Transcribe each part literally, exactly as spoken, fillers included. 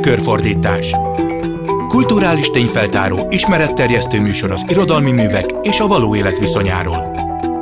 Tükörfordítás. Kulturális tényfeltáró, ismeretterjesztő műsor az irodalmi művek és a való élet viszonyáról.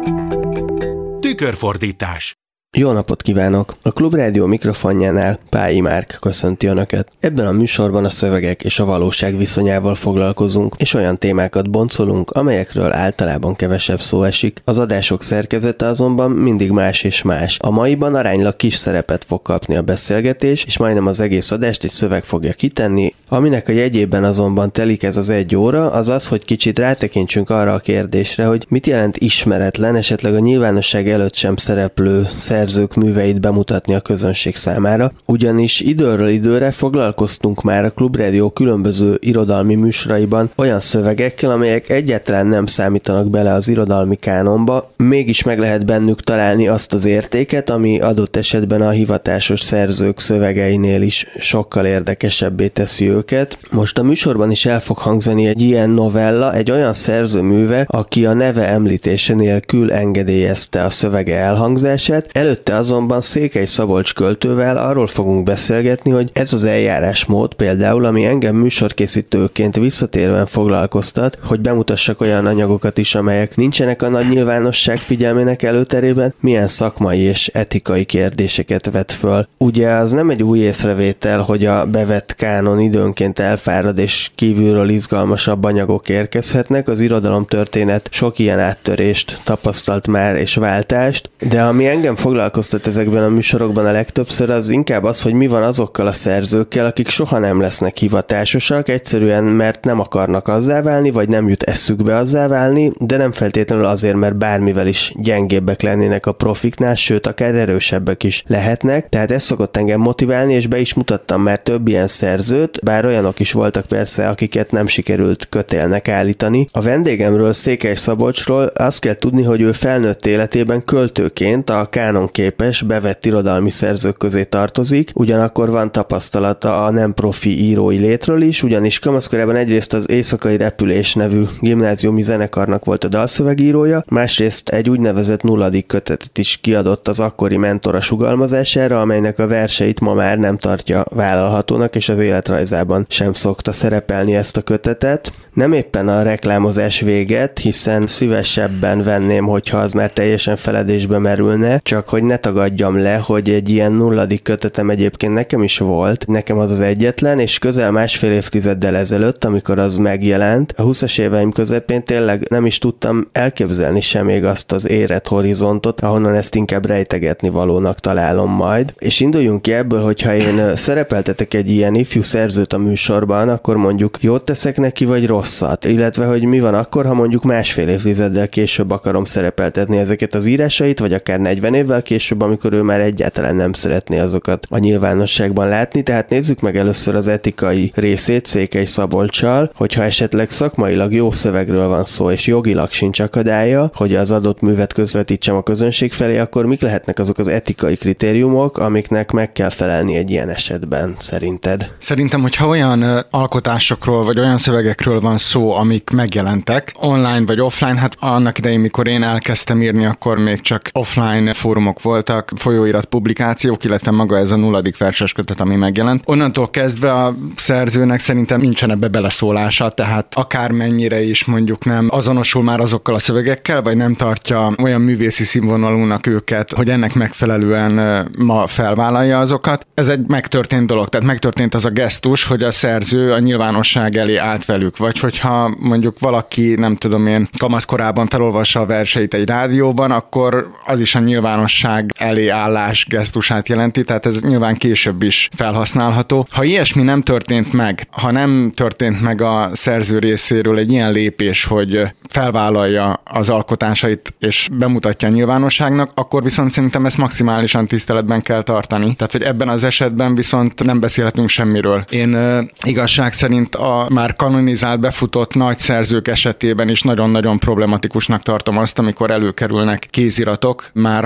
Tükörfordítás. Jó napot kívánok! A Klubrádió mikrofonjánál Pályi Márk köszönti Önöket. Ebben a műsorban a szövegek és a valóság viszonyával foglalkozunk, és olyan témákat boncolunk, amelyekről általában kevesebb szó esik. Az adások szerkezete azonban mindig más és más. A maiban aránylag kis szerepet fog kapni a beszélgetés, és majdnem az egész adást egy szöveg fogja kitenni, aminek a jegyében azonban telik ez az egy óra, az az, hogy kicsit rátekintsünk arra a kérdésre, hogy mit jelent ismeretlen, esetleg a nyilvánosság előtt sem szereplő szerzők műveit bemutatni a közönség számára, ugyanis időről időre foglalkoztunk már a Klubrádió különböző irodalmi műsoraiban olyan szövegekkel, amelyek egyáltalán nem számítanak bele az irodalmi kánonba, mégis meg lehet bennük találni azt az értéket, ami adott esetben a hivatásos szerzők szövegeinél is sokkal érdekesebbé teszi őket. Most a műsorban is el fog hangzani egy ilyen novella, egy olyan szerző műve, aki a neve említése nélkül engedélyezte a szövege elhangzását. Előtte azonban Székely Szabolcs költővel arról fogunk beszélgetni, hogy ez az eljárásmód például, ami engem műsorkészítőként visszatérően foglalkoztat, hogy bemutassak olyan anyagokat is, amelyek nincsenek a nagy nyilvánosság figyelmének előterében, milyen szakmai és etikai kérdéseket vet föl. Ugye az nem egy új észrevétel, hogy a bevett kánon időnként elfárad és kívülről izgalmasabb anyagok érkezhetnek, az irodalomtörténet sok ilyen áttörést tapasztalt már és váltást, de ami engem foglalkoztat ezekben a műsorokban a legtöbbször, az inkább az, hogy mi van azokkal a szerzőkkel, akik soha nem lesznek hivatásosak, egyszerűen mert nem akarnak azzá válni, vagy nem jut eszükbe azzá válni, de nem feltétlenül azért, mert bármivel is gyengébbek lennének a profiknál, sőt, akár erősebbek is lehetnek. Tehát ez szokott engem motiválni, és be is mutattam már több ilyen szerzőt, bár olyanok is voltak persze, akiket nem sikerült kötélnek állítani. A vendégemről, Székely Szabolcsról azt kell tudni, hogy ő felnőtt életében költőként a kánonképes, bevett irodalmi szerzők közé tartozik, ugyanakkor van tapasztalata a nem profi írói létről is, ugyanis kamaszkorában egyrészt az Éjszakai Repülés nevű gimnáziumi zenekarnak volt a dalszövegírója, másrészt egy úgynevezett nulladik kötetet is kiadott az akkori mentora sugalmazására, amelynek a verseit ma már nem tartja vállalhatónak, és az életrajzában sem szokta szerepelni ezt a kötetet. Nem éppen a reklámozás véget, hiszen szívesebben venném, hogyha az már teljesen feledésbe merülne, csak hogy ne tagadjam le, hogy egy ilyen nulladik kötetem egyébként nekem is volt, nekem az az egyetlen, és közel másfél évtizeddel ezelőtt, amikor az megjelent, a húszas éveim közepén tényleg nem is tudtam elképzelni sem még azt az érett horizontot, ahonnan ezt inkább rejtegetni valónak találom majd. És induljunk ki ebből, hogyha én szerepeltetek egy ilyen ifjú szerzőt a műsorban, akkor mondjuk jót teszek neki, vagy rosszat, illetve hogy mi van akkor, ha mondjuk másfél évtizeddel később akarom szerepeltetni ezeket az írásait, vagy akár negyven évvel később, amikor ő már egyáltalán nem szeretné azokat a nyilvánosságban látni. Tehát nézzük meg először az etikai részét Székely Szabolccsal, hogyha esetleg szakmailag jó szövegről van szó, és jogilag sincs akadálya, hogy az adott művet közvetítsem a közönség felé, akkor mik lehetnek azok az etikai kritériumok, amiknek meg kell felelni egy ilyen esetben, szerinted? Szerintem, hogyha olyan alkotásokról, vagy olyan szövegekről van szó, amik megjelentek, online vagy offline, hát annak idején, mikor én elkezdtem írni, akkor még csak offline fórumok voltak, folyóirat publikációk, illetve maga ez a nulladik verses kötet, ami megjelent. Onnantól kezdve a szerzőnek szerintem nincsen ebbe beleszólása, tehát akármennyire is mondjuk nem azonosul már azokkal a szövegekkel, vagy nem tartja olyan művészi színvonalúnak őket, hogy ennek megfelelően ma felvállalja azokat. Ez egy megtörtént dolog, tehát megtörtént az a gesztus, hogy a szerző a nyilvánosság elé állt velük, vagy hogyha mondjuk valaki, nem tudom én, kamaszkorában felolvassa a verseit egy rádióban, akkor az is a nyilvánosság elé állás gesztusát jelenti, tehát ez nyilván később is felhasználható. Ha ilyesmi nem történt meg, ha nem történt meg a szerző részéről egy ilyen lépés, hogy felvállalja az alkotásait és bemutatja a nyilvánosságnak, akkor viszont szerintem ezt maximálisan tiszteletben kell tartani. Tehát, hogy ebben az esetben viszont nem beszélhetünk semmiről. Én uh, igazság szerint a már kanonizált, befutott nagy szerzők esetében is nagyon-nagyon problematikusnak tartom azt, amikor előkerülnek kéziratok már halott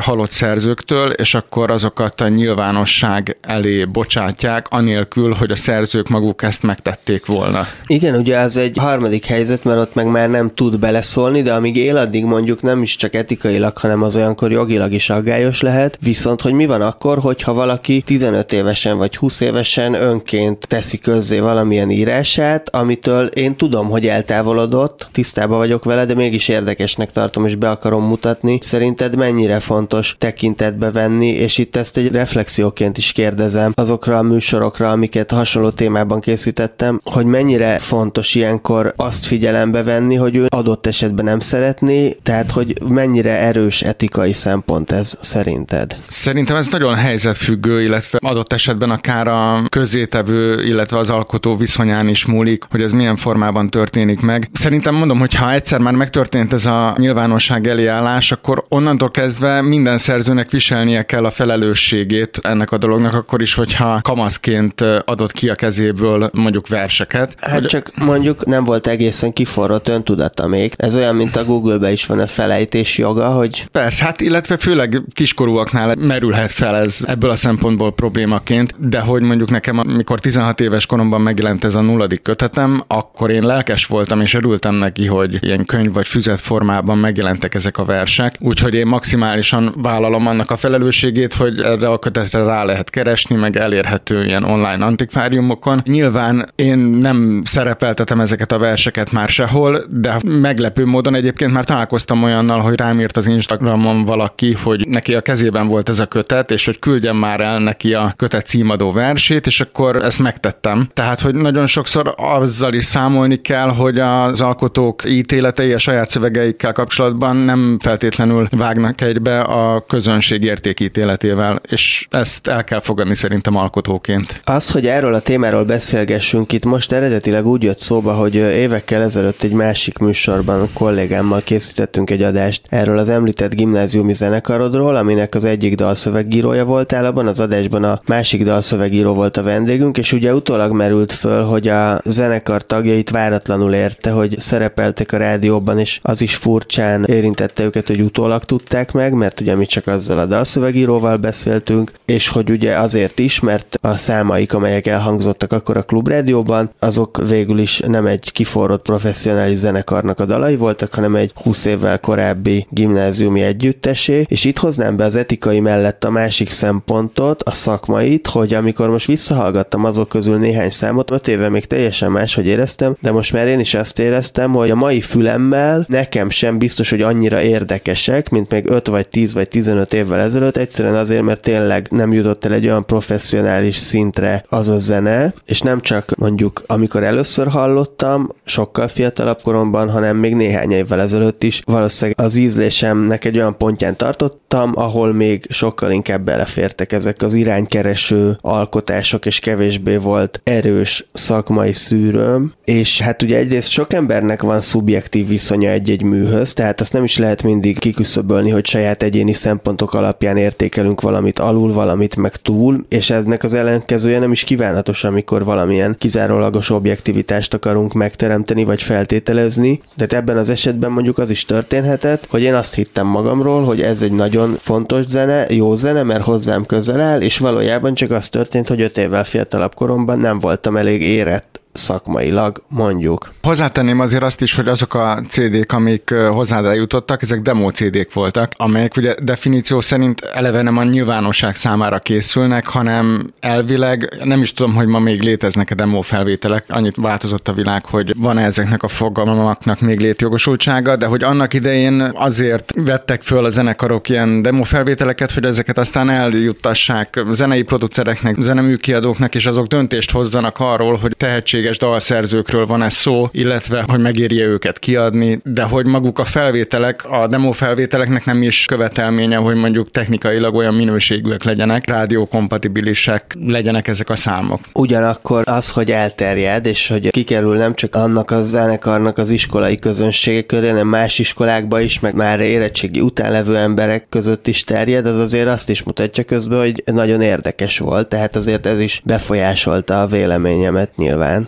szerzőktől, és akkor azokat a nyilvánosság elé bocsátják, anélkül, hogy a szerzők maguk ezt megtették volna. Igen, ugye az egy harmadik helyzet, mert ott meg már nem tud beleszólni, de amíg él, addig mondjuk nem is csak etikailag, hanem az olyankor jogilag is aggályos lehet. Viszont, hogy mi van akkor, hogyha valaki tizenöt évesen vagy húsz évesen önként teszi közzé valamilyen írását, amitől én tudom, hogy eltávolodott, tisztában vagyok vele, de mégis érdekesnek tartom, és be akarom mutatni. Szerinted mennyire fontos tekintetbe venni, és itt ezt egy reflexióként is kérdezem azokra a műsorokra, amiket hasonló témában készítettem, hogy mennyire fontos ilyenkor azt figyelembe venni, hogy ő adott esetben nem szeretné, tehát hogy mennyire erős etikai szempont ez szerinted? Szerintem ez nagyon helyzetfüggő, illetve adott esetben akár a közzétevő, illetve az alkotó viszonyán is múlik, hogy ez milyen formában történik meg. Szerintem mondom, hogy ha egyszer már megtörtént ez a nyilvánosság elé állás, akkor onnantól kezdve minden szerzőnek viselnie kell a felelősségét ennek a dolognak, akkor is, hogyha kamaszként adott ki a kezéből mondjuk verseket. Hát hogy... csak mondjuk nem volt egészen kiforrott öntudata még. Ez olyan, mint a Google-be is van a felejtés joga, hogy... Persze, hát illetve főleg kiskorúaknál merülhet fel ez ebből a szempontból problémaként, de hogy mondjuk nekem, amikor tizenhat éves koromban megjelent ez a nulladik kötetem, akkor én lelkes voltam, és örültem neki, hogy ilyen könyv vagy füzet formában megjelentek ezek a versek, úgyhogy én maximálisan vállalom annak a felelősségét, hogy erre a kötetre rá lehet keresni, meg elérhető ilyen online antikváriumokon. Nyilván én nem szerepeltetem ezeket a verseket már sehol, de meglepő módon egyébként már találkoztam olyannal, hogy rám írt az Instagramon valaki, hogy neki a kezében volt ez a kötet, és hogy küldjem már el neki a kötet címadó versét, és akkor ezt megtettem. Tehát, hogy nagyon sokszor azzal is számolni kell, hogy az alkotók ítéletei a saját szövegeikkel kapcsolatban nem feltétlenül vágnak egybe a közönség értékítéletével, és ezt el kell fogadni szerintem alkotóként. Az, hogy erről a témáról beszélgessünk itt most eredetileg úgy jött szóba, hogy évekkel ezelőtt egy másik műsorban kollégámmal készítettünk egy adást erről az említett gimnáziumi zenekarodról, aminek az egyik dalszövegírója voltál, abban az adásban a másik dalszövegíró volt a vendégünk, és ugye utólag merült föl, hogy a zenekar tagjait váratlanul érte, hogy szerepeltek a rádióban, és az is furcsán érintette őket, hogy utólag tudták meg, mert ugye mi csak azzal a dalszövegíróval beszéltünk, és hogy ugye azért is, mert a számaik, amelyek elhangzottak akkor a Klubrádióban, azok végül is nem egy kiforrott professzionális zenekarnak a dalai voltak, hanem egy húsz évvel korábbi gimnáziumi együttesé, és itt hoznám be az etikai mellett a másik szempontot, a szakmait, hogy amikor most visszahallgattam azok közül néhány számot, öt éve még teljesen máshogy éreztem, de most már én is azt éreztem, hogy a mai fülemmel nekem sem biztos, hogy annyira érdekesek, mint még öt vagy tíz vagy tizenöt évvel ezelőtt, egyszerűen azért, mert tényleg nem jutott el egy olyan professzionális szintre az a zene, és nem csak mondjuk amikor először hallottam, sokkal fiatalabb koromban, hanem még néhány évvel ezelőtt is valószínűleg az ízlésemnek egy olyan pontján tartottam, ahol még sokkal inkább belefértek ezek az iránykereső alkotások, és kevésbé volt erős szakmai szűrőm, és hát ugye egyrészt sok embernek van szubjektív viszonya egy-egy műhöz, tehát azt nem is lehet mindig kiküszöbölni, hogy saját egyéni szempontok alapján értékelünk valamit alul, valamit meg túl, és ennek az ellenkezője nem is kívánatos, amikor valamilyen kizárólagos objektivitást akarunk megteremteni, vagy feltételezni, de ebben az esetben mondjuk az is történhetett, hogy én azt hittem magamról, hogy ez egy nagyon fontos zene, jó zene, mert hozzám közel áll, és valójában csak az történt, hogy öt évvel fiatalabb koromban nem voltam elég érett szakmailag, mondjuk. Hozzátenném azért azt is, hogy azok a cé dék, amik hozzád eljutottak, ezek demo cé dék voltak, amelyek ugye definíció szerint eleve nem a nyilvánosság számára készülnek, hanem elvileg, nem is tudom, hogy ma még léteznek-e demo felvételek, annyit változott a világ, hogy van ezeknek a fogalmaknak még létjogosultsága, de hogy annak idején azért vettek föl a zenekarok ilyen demo felvételeket, hogy ezeket aztán eljuttassák zenei producereknek, zeneműkiadóknak, és azok döntést hozzanak arról, hogy tehetség dalszerzőkről van ez szó, illetve hogy megéri őket kiadni, de hogy maguk a felvételek, a demo felvételeknek nem is követelménye, hogy mondjuk technikailag olyan minőségűek legyenek, rádiókompatibilisek legyenek ezek a számok. Ugyanakkor az, hogy elterjed, és hogy kikerül nem csak annak a zenekarnak az iskolai közönsége köré, hanem más iskolákba is, meg már érettségi után levő emberek között is terjed, az azért azt is mutatja közben, hogy nagyon érdekes volt, tehát azért ez is befolyásolta a véleményemet nyilván.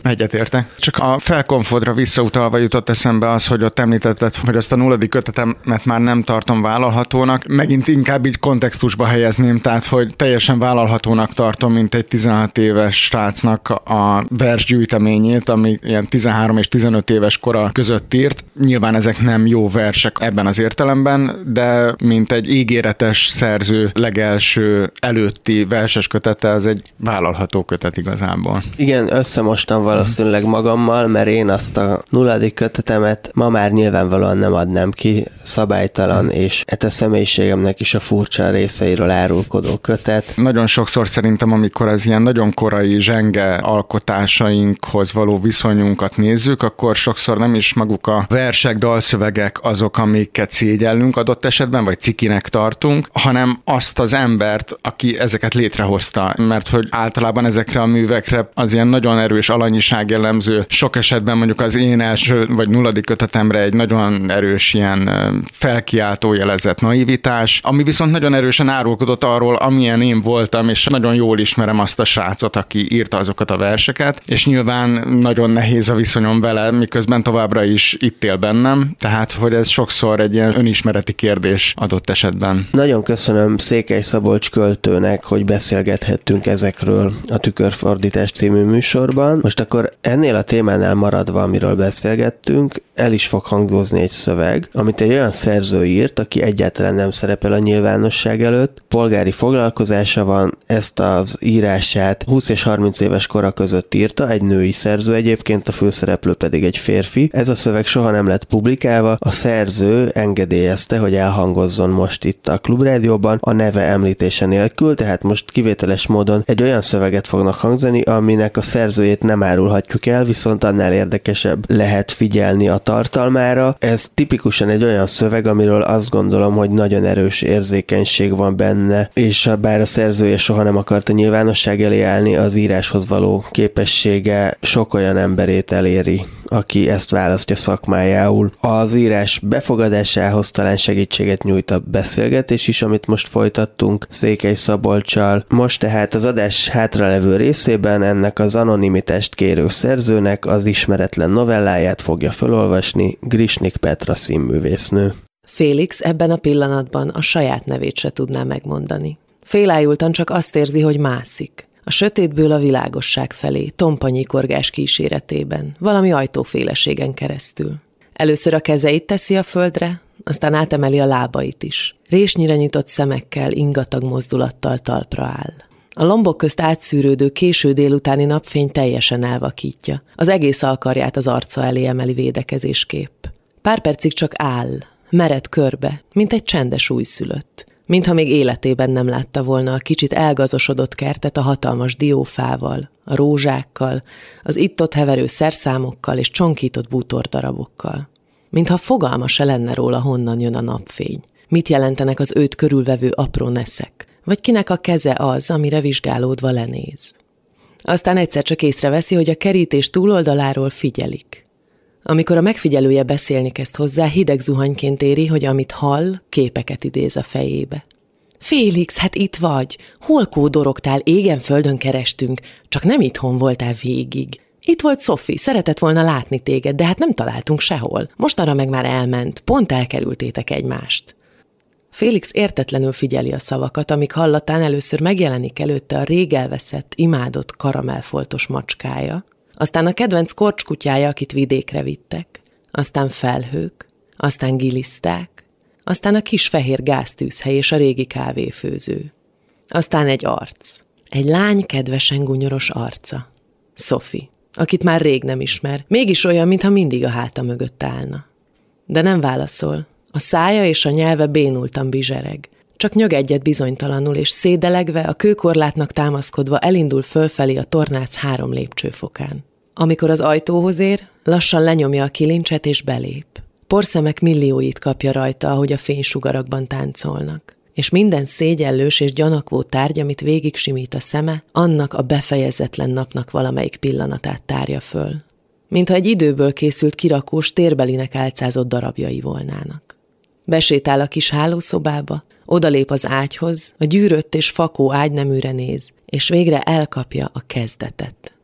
Egyetértek. Csak a felkonfodra visszautalva jutott eszembe az, hogy ott említetted, hogy azt a nulladik kötetemet már nem tartom vállalhatónak. Megint inkább így kontextusba helyezném, tehát hogy teljesen vállalhatónak tartom, mint egy tizenhat éves srácnak a versgyűjteményét, ami ilyen tizenhárom és tizenöt éves kora között írt. Nyilván ezek nem jó versek ebben az értelemben, de mint egy ígéretes szerző legelső előtti verses kötete, az egy vállalható kötet igazából. Igen, összemostam valószínűleg magammal, mert én azt a nulladik kötetemet ma már nyilvánvalóan nem adnám ki, szabálytalan, és hát a személyiségemnek is a furcsa részeiről árulkodó kötet. Nagyon sokszor szerintem, amikor az ilyen nagyon korai zsenge alkotásainkhoz való viszonyunkat nézzük, akkor sokszor nem is maguk a versek, dalszövegek azok, amiket szégyellünk adott esetben, vagy cikinek tartunk, hanem azt az embert, aki ezeket létrehozta, mert hogy általában ezekre a művekre az ilyen nagyon erős alanyiság jellemző, sok esetben mondjuk az én első vagy nulladik kötetemre egy nagyon erős ilyen felkiáltó jelezett naivitás, ami viszont nagyon erősen árulkodott arról, amilyen én voltam, és nagyon jól ismerem azt a srácot, aki írta azokat a verseket, és nyilván nagyon nehéz a viszonyom vele, miközben továbbra is itt él bennem, tehát hogy ez sokszor egy ilyen önismereti kérdés adott esetben. Nagyon köszönöm Székely Szabolcs költőnek, hogy beszélgethettünk ezekről a Tükörfordítás című műsorban. Most akkor ennél a témánál maradva, amiről beszélgettünk, el is fog hangzózni egy szöveg, amit egy olyan szerző írt, aki egyáltalán nem szerepel a nyilvánosság előtt. Polgári foglalkozása van, ezt az írását húsz és harminc éves kora között írta, egy női szerző egyébként, a főszereplő pedig egy férfi. Ez a szöveg soha nem lett publikálva, a szerző engedélyezte, hogy elhangozzon most itt a Klubrádióban, a neve említése nélkül, tehát most kivételes módon egy olyan szöveget fognak hangzani, aminek a szerzőjét nem árulhatjuk el, viszont annál érdekesebb lehet figyelni a tartalmára. Ez tipikusan egy olyan szöveg, amiről azt gondolom, hogy nagyon erős érzékenység van benne, és bár a szerzője soha nem akart a nyilvánosság elé állni, az íráshoz való képessége sok olyan emberét eléri, aki ezt választja szakmájául. Az írás befogadásához talán segítséget nyújt a beszélgetés is, amit most folytattunk Székely Szabolccsal. Most tehát az adás hátralevő részében ennek az anonimitást kérő szerzőnek az ismeretlen novelláját fogja felolvasni Grisnik Petra színművésznő. Félix ebben a pillanatban a saját nevét se tudná megmondani. Félájultan csak azt érzi, hogy mászik. A sötétből a világosság felé, tompa nyikorgás kíséretében, valami ajtóféleségen keresztül. Először a kezeit teszi a földre, aztán átemeli a lábait is. Résnyire nyitott szemekkel, ingatag mozdulattal talpra áll. A lombok közt átszűrődő késő délutáni napfény teljesen elvakítja. Az egész alkarját az arca elé emeli védekezésképp. Pár percig csak áll, mered körbe, mint egy csendes újszülött. Mintha még életében nem látta volna a kicsit elgazosodott kertet a hatalmas diófával, a rózsákkal, az itt-ott heverő szerszámokkal és csonkított bútordarabokkal. Mintha fogalma se lenne róla, honnan jön a napfény. Mit jelentenek az őt körülvevő apró neszek, vagy kinek a keze az, amire vizsgálódva lenéz. Aztán egyszer csak észreveszi, hogy a kerítés túloldaláról figyelik. Amikor a megfigyelője beszélni kezd hozzá, hideg zuhanyként éri, hogy amit hall, képeket idéz a fejébe. Félix, hát itt vagy. Hol kódorogtál, égen-földön kerestünk, csak nem itthon voltál végig. Itt volt Sophie, szeretett volna látni téged, de hát nem találtunk sehol. Mostanra meg már elment, pont elkerültétek egymást. Félix értetlenül figyeli a szavakat, amik hallatán először megjelenik előtte a rég elveszett, imádott karamellfoltos macskája, aztán a kedvenc korcskutyája, akit vidékre vittek, aztán felhők, aztán giliszták, aztán a kis fehér gáztűzhely és a régi kávéfőző. Aztán egy arc. Egy lány kedvesen gunyoros arca. Sophie, akit már rég nem ismer, mégis olyan, mintha mindig a háta mögött állna. De nem válaszol. A szája és a nyelve bénultan bizsereg. Csak nyög egyet bizonytalanul, és szédelegve, a kőkorlátnak támaszkodva elindul fölfelé a tornác három lépcsőfokán. Amikor az ajtóhoz ér, lassan lenyomja a kilincset és belép. Porszemek millióit kapja rajta, ahogy a fénysugarakban táncolnak. És minden szégyellős és gyanakvó tárgy, amit végig simít a szeme, annak a befejezetlen napnak valamelyik pillanatát tárja föl. Mintha egy időből készült kirakós térbelinek álcázott darabjai volnának. Besétál a kis hálószobába, odalép az ágyhoz, a gyűrött és fakó ágyneműre néz, és végre elkapja a kezdetet.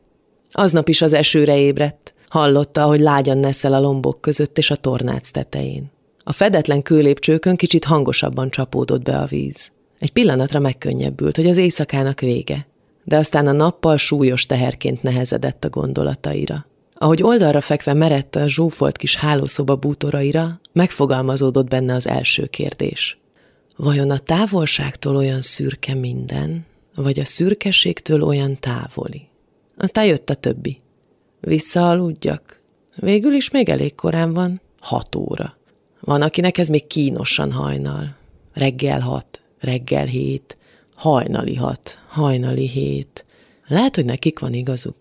Aznap is az esőre ébredt. Hallotta, hogy lágyan neszel a lombok között és a tornác tetején. A fedetlen kőlépcsőkön kicsit hangosabban csapódott be a víz. Egy pillanatra megkönnyebbült, hogy az éjszakának vége, de aztán a nappal súlyos teherként nehezedett a gondolataira. Ahogy oldalra fekve merett a zsúfolt kis hálószoba bútoraira, megfogalmazódott benne az első kérdés. Vajon a távolságtól olyan szürke minden, vagy a szürkeségtől olyan távoli? Aztán jött a többi. Visszaaludjak. Végül is még elég korán van, hat óra. Van, akinek ez még kínosan hajnal. Reggel hat, reggel hét, hajnali hat, hajnali hét. Lehet, hogy nekik van igazuk.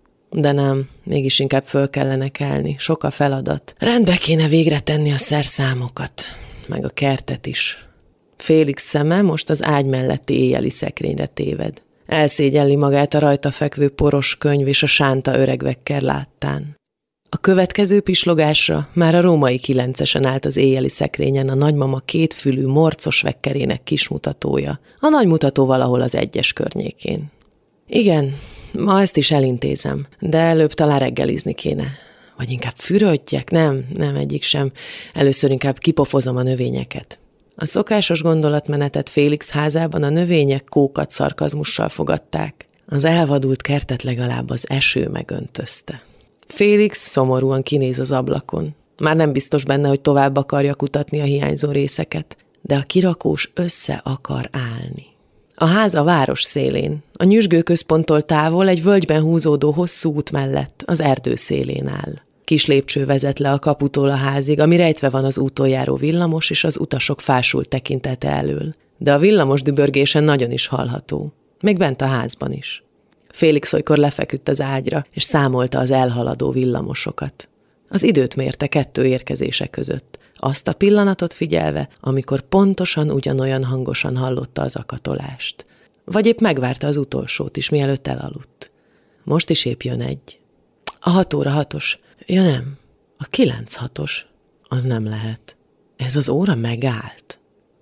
De nem, mégis inkább föl kellene kelni, sok a feladat. Rendbe kéne végre tenni a szerszámokat, meg a kertet is. Félix szeme most az ágy melletti éjjeli szekrényre téved. Elszégyelli magát a rajta fekvő poros könyv és a sánta öregvekker láttán. A következő pislogásra már a római kilencesen állt az éjjeli szekrényen a nagymama kétfülű morcos vekkerének kismutatója, a nagymutató valahol az egyes környékén. Igen, ma ezt is elintézem, de előbb talán reggelizni kéne. Vagy inkább fürödjek? Nem, nem egyik sem. Először inkább kipofozom a növényeket. A szokásos gondolatmenetet Félix házában a növények kókat szarkazmussal fogadták. Az elvadult kertet legalább az eső megöntözte. Félix szomorúan kinéz az ablakon. Már nem biztos benne, hogy tovább akarja kutatni a hiányzó részeket, de a kirakós össze akar állni. A ház a város szélén, a nyüzsgőközponttól távol egy völgyben húzódó hosszú út mellett, az erdő szélén áll. Kis lépcső vezet le a kaputól a házig, ami rejtve van az úton járó villamos és az utasok fásult tekintete elől. De a villamos dübörgésen nagyon is hallható. Még bent a házban is. Félix olykor lefeküdt az ágyra, és számolta az elhaladó villamosokat. Az időt mérte kettő érkezése között, azt a pillanatot figyelve, amikor pontosan ugyanolyan hangosan hallotta az akatolást. Vagy épp megvárta az utolsót is, mielőtt elaludt. Most is épp jön egy. A hat óra hatos. Ja nem, a kilenc hatos. Az nem lehet. Ez az óra megállt.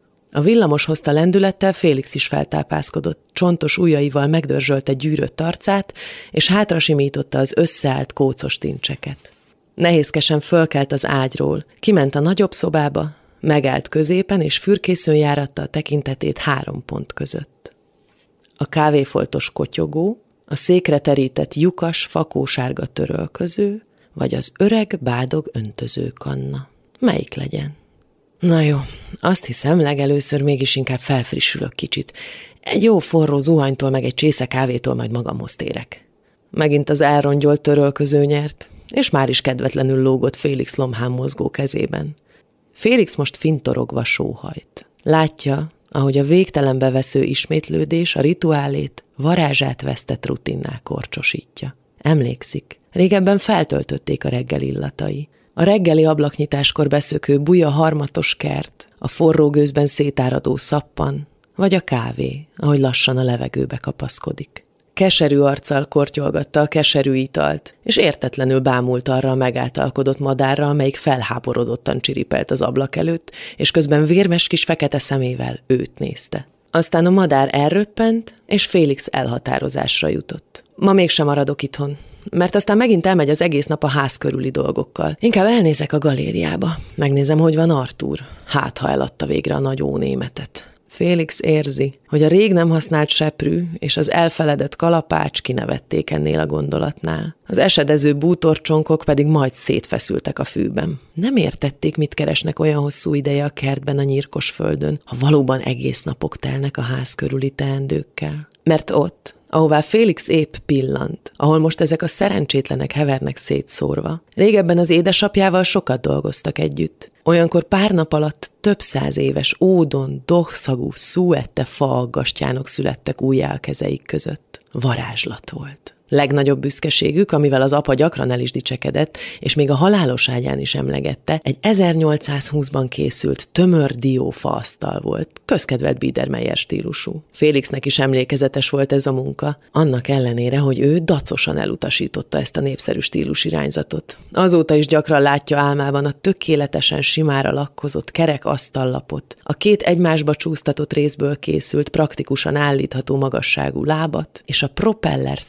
A villamos hozta lendülettel Félix is feltápászkodott, csontos ujjaival megdörzsölte gyűrött arcát, és hátra simította az összeállt kócos tincseket. Nehézkesen fölkelt az ágyról, kiment a nagyobb szobába, megállt középen, és fürkészőn járatta a tekintetét három pont között. A kávéfoltos kotyogó, a székre terített lyukas, fakósárga törölköző, vagy az öreg bádog öntözőkanna. Melyik legyen? Na jó, azt hiszem, legelőször mégis inkább felfrissülök kicsit. Egy jó forró zuhanytól meg egy csésze kávétól majd magamhoz térek. Megint az elrongyolt törölköző nyert, és már is kedvetlenül lógott Félix lomhán mozgó kezében. Félix most fintorogva sóhajt. Látja, ahogy a végtelenbe vesző ismétlődés a rituálét, varázsát vesztett rutinná korcsosítja. Emlékszik, régebben feltöltötték a reggel illatai. A reggeli ablaknyitáskor beszökő buja harmatos kert, a forró gőzben szétáradó szappan, vagy a kávé, ahogy lassan a levegőbe kapaszkodik. Keserű arccal kortyolgatta a keserű italt, és értetlenül bámult arra a megáltalkodott madárra, amelyik felháborodottan csiripelt az ablak előtt, és közben vérmes kis fekete szemével őt nézte. Aztán a madár elröppent, és Félix elhatározásra jutott. Ma mégsem maradok itthon, mert aztán megint elmegy az egész nap a ház körüli dolgokkal. Inkább elnézek a galériába, megnézem, hogy van Artúr. Hát, ha eladta végre a nagy ónémetet. Félix érzi, hogy a rég nem használt seprű és az elfeledett kalapács kinevették ennél a gondolatnál. Az esedező bútorcsonkok pedig majd szétfeszültek a fűben. Nem értették, mit keresnek olyan hosszú ideje a kertben a nyírkos földön, ha valóban egész napok telnek a ház körüli teendőkkel. Mert ott, ahová Félix épp pillant, ahol most ezek a szerencsétlenek hevernek szétszórva, régebben az édesapjával sokat dolgoztak együtt. Olyankor pár nap alatt több száz éves ódon, dohszagú, szúette faaggastyánok születtek újjá a kezeik között. Varázslat volt. Legnagyobb büszkeségük, amivel az apa gyakran el is dicsekedett, és még a halálos ágyán is emlegette, egy ezernyolcszázhúszban készült tömör diófaasztal volt, közkedvelt Biedermeier stílusú. Félixnek is emlékezetes volt ez a munka, annak ellenére, hogy ő dacosan elutasította ezt a népszerű stílusirányzatot. Azóta is gyakran látja álmában a tökéletesen simára lakkozott kerek asztallapot, a két egymásba csúsztatott részből készült, praktikusan állítható magasságú lábat, és a propellerszerű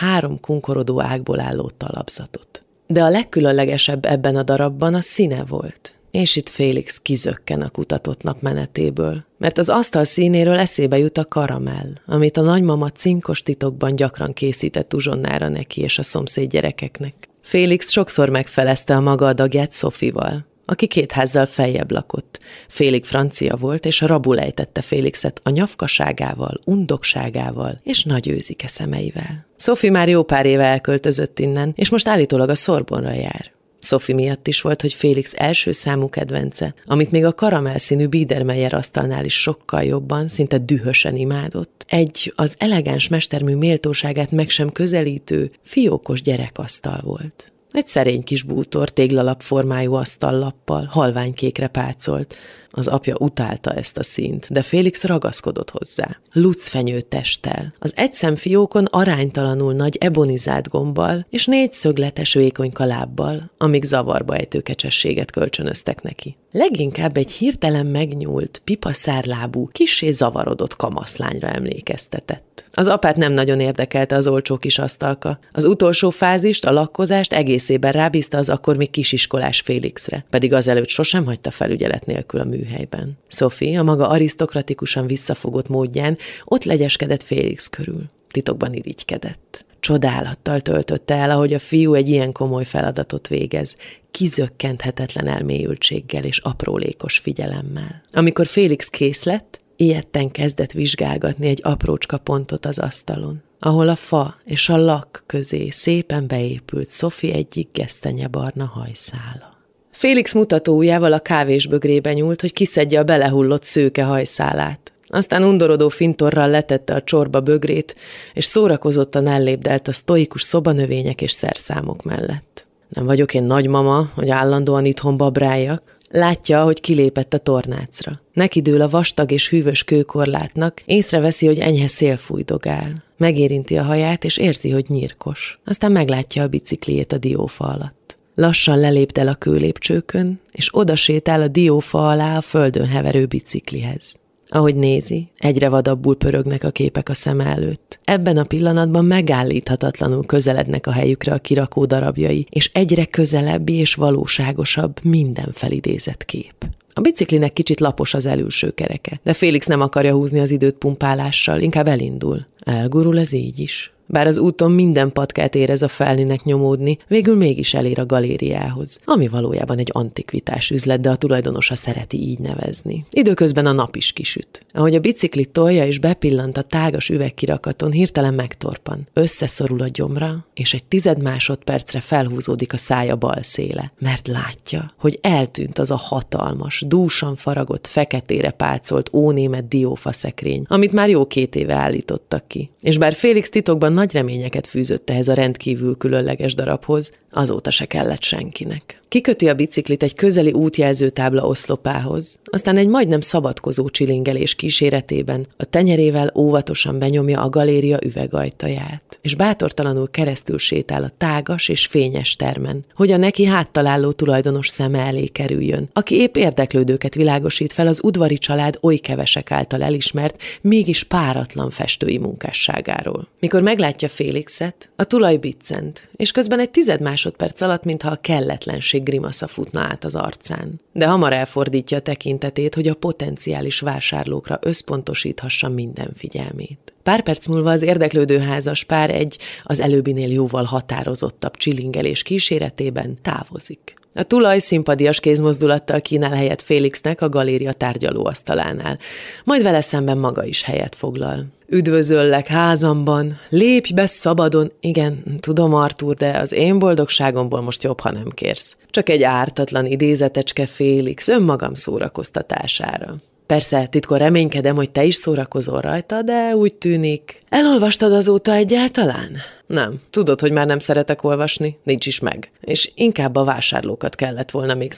három kunkorodó ágból álló talapzatot. De a legkülönlegesebb ebben a darabban a színe volt. És itt Félix kizökken a kutatott nap menetéből, mert az asztal színéről eszébe jut a karamell, amit a nagymama cinkos titokban gyakran készített uzsonnára neki és a szomszéd gyerekeknek. Félix sokszor megfelezte a maga adagját Sophie-val, aki két házzal feljebb lakott. Félig francia volt, és a rabul ejtette Félixet a nyafkaságával, undokságával és nagy őzike szemeivel. Sophie már jó pár éve elköltözött innen, és most állítólag a Sorbonra jár. Sophie miatt is volt, hogy Félix első számú kedvence, amit még a karamellszínű Biedermeier asztalnál is sokkal jobban, szinte dühösen imádott. Egy az elegáns mestermű méltóságát meg sem közelítő, fiókos gyerekasztal volt. Egy szerény kis bútor, téglalap formájú asztallappal, halványkékre pácolt. Az apja utálta ezt a színt, de Félix ragaszkodott hozzá. Lucfenyő testtel, az egyszem fiókon aránytalanul nagy ebonizált gombbal és négy szögletes vékonyka lábbal, amik zavarba ejtő kecsességet kölcsönöztek neki. Leginkább egy hirtelen megnyúlt, pipaszárlábú, kissé zavarodott kamaszlányra emlékeztetett. Az apát nem nagyon érdekelte az olcsó kis asztalka. Az utolsó fázist, a lakkozást egészében rábízta az akkor még kisiskolás Félixre, pedig azelőtt sosem hagyta felügyelet nélkül a műhelyben. Sophie a maga arisztokratikusan visszafogott módján ott legyeskedett Félix körül. Titokban irigykedett. Csodálattal töltötte el, ahogy a fiú egy ilyen komoly feladatot végez, kizökkenthetetlen elmélyültséggel és aprólékos figyelemmel. Amikor Félix kész lett, ijedten kezdett vizsgálgatni egy aprócska pontot az asztalon, ahol a fa és a lak közé szépen beépült Sophie egyik gesztenyebarna hajszála. Félix mutatóujjával a kávésbögrébe nyúlt, hogy kiszedje a belehullott szőke hajszálát. Aztán undorodó fintorral letette a csorba bögrét, és szórakozottan ellépdelt a sztoikus szobanövények és szerszámok mellett. Nem vagyok én nagymama, hogy állandóan itthon babráljak. Látja, hogy kilépett a tornácra. Nekidől a vastag és hűvös kőkorlátnak, észreveszi, hogy enyhe szél fújdogál. Megérinti a haját, és érzi, hogy nyírkos. Aztán meglátja a bicikliét a diófa alatt. Lassan lelépdel a kőlépcsőkön, és odasétál a diófa alá a földön heverő biciklihez. Ahogy nézi, egyre vadabbul pörögnek a képek a szeme előtt. Ebben a pillanatban megállíthatatlanul közelednek a helyükre a kirakó darabjai, és egyre közelebbi és valóságosabb minden felidézett kép. A biciklinek kicsit lapos az elülső kereke, de Félix nem akarja húzni az időt pumpálással, inkább elindul. Elgurul ez így is. Bár az úton minden patkát érez a felninek nyomódni, végül mégis elér a galériához, ami valójában egy antikvitás üzlet, de a tulajdonosa szereti így nevezni. Időközben a nap is kisüt. Ahogy a biciklit tolja és bepillant a tágas üvegkirakaton, hirtelen megtorpan. Összeszorul a gyomra, és egy tized másodpercre felhúzódik a szája bal széle, mert látja, hogy eltűnt az a hatalmas, dúsan faragott, feketére pácolt ónémet diófaszekrény, amit már jó két éve állítottak ki. És bár Félix titokban nagy reményeket fűzött ehhez a rendkívül különleges darabhoz, azóta se kellett senkinek. Kiköti a biciklit egy közeli útjelzőtábla oszlopához, aztán egy majdnem szabadkozó csilingelés kíséretében a tenyerével óvatosan benyomja a galéria üvegajtaját, és bátortalanul keresztül sétál a tágas és fényes termen, hogy a neki háttaláló tulajdonos szeme elé kerüljön, aki épp érdeklődőket világosít fel az udvari család oly kevesek által elismert, mégis páratlan festői munkásságáról. Mikor meglátja Félixet, a tulaj biccent, és közben egy tized másodperc alatt, mintha a kelletlenség grimasza futna át az arcán. De hamar elfordítja a tekintetét, hogy a potenciális vásárlókra összpontosíthassa minden figyelmét. Pár perc múlva az érdeklődő házas pár egy az előbbinél jóval határozottabb csilingelés kíséretében távozik. A tulaj szimpadias kézmozdulattal kínál helyet Félixnek a galéria tárgyalóasztalánál, majd vele szemben maga is helyet foglal. Üdvözöllek házamban, lépj be szabadon. Igen, tudom, Artúr, de az én boldogságomból most jobb, ha nem kérsz. Csak egy ártatlan idézetecske Félix önmagam szórakoztatására. Persze, titkon reménykedem, hogy te is szórakozol rajta, de úgy tűnik... Elolvastad azóta egyáltalán? Nem. Tudod, hogy már nem szeretek olvasni? Nincs is meg. És inkább a vásárlókat kellett volna még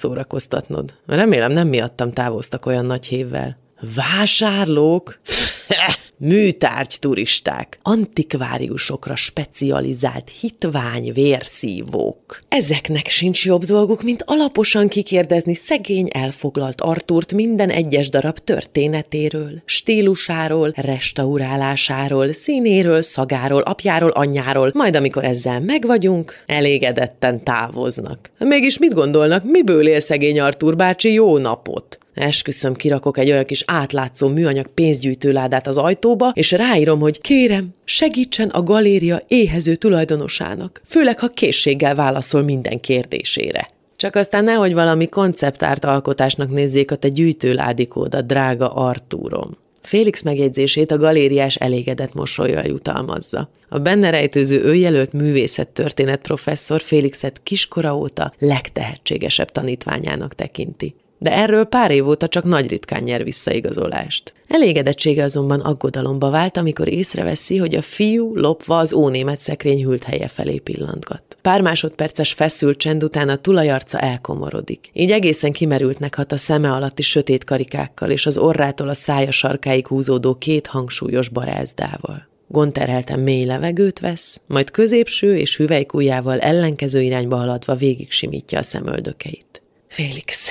szórakoztatnod. Remélem nem miattam távoztak olyan nagy hévvel. Vásárlók? műtárgy turisták, antikváriusokra specializált hitvány vérszívók. Ezeknek sincs jobb dolguk, mint alaposan kikérdezni szegény elfoglalt Artúrt minden egyes darab történetéről, stílusáról, restaurálásáról, színéről, szagáról, apjáról, anyjáról, majd amikor ezzel megvagyunk, elégedetten távoznak. Mégis mit gondolnak, miből él szegény Artúr bácsi? Jó napot! Esküszöm, kirakok egy olyan kis átlátszó műanyag pénzgyűjtőládát az ajtóba, és ráírom, hogy kérem, segítsen a galéria éhező tulajdonosának, főleg ha készséggel válaszol minden kérdésére. Csak aztán nehogy valami konceptárt alkotásnak nézzék a te gyűjtőládikódat, drága Artúrom. Félix megjegyzését a galériás elégedett mosollyal jutalmazza. A benne rejtőző ő jelölt művészettörténet professzor Félixet kiskora óta legtehetségesebb tanítványának tekinti. De erről pár év óta csak nagy ritkán nyer visszaigazolást. Elégedettsége azonban aggodalomba vált, amikor észreveszi, hogy a fiú lopva az ónémet szekrény hűlt helye felé pillantgat. Pár másodperces feszült csend után a tulajarca elkomorodik. Így egészen kimerültnek hat a szeme alatti sötét karikákkal és az orrától a szája sarkáig húzódó két hangsúlyos barázdával. Gondterhelten mély levegőt vesz, majd középső és hüvelykujjával ellenkező irányba haladva végig simítja a szemöldökeit. Félix,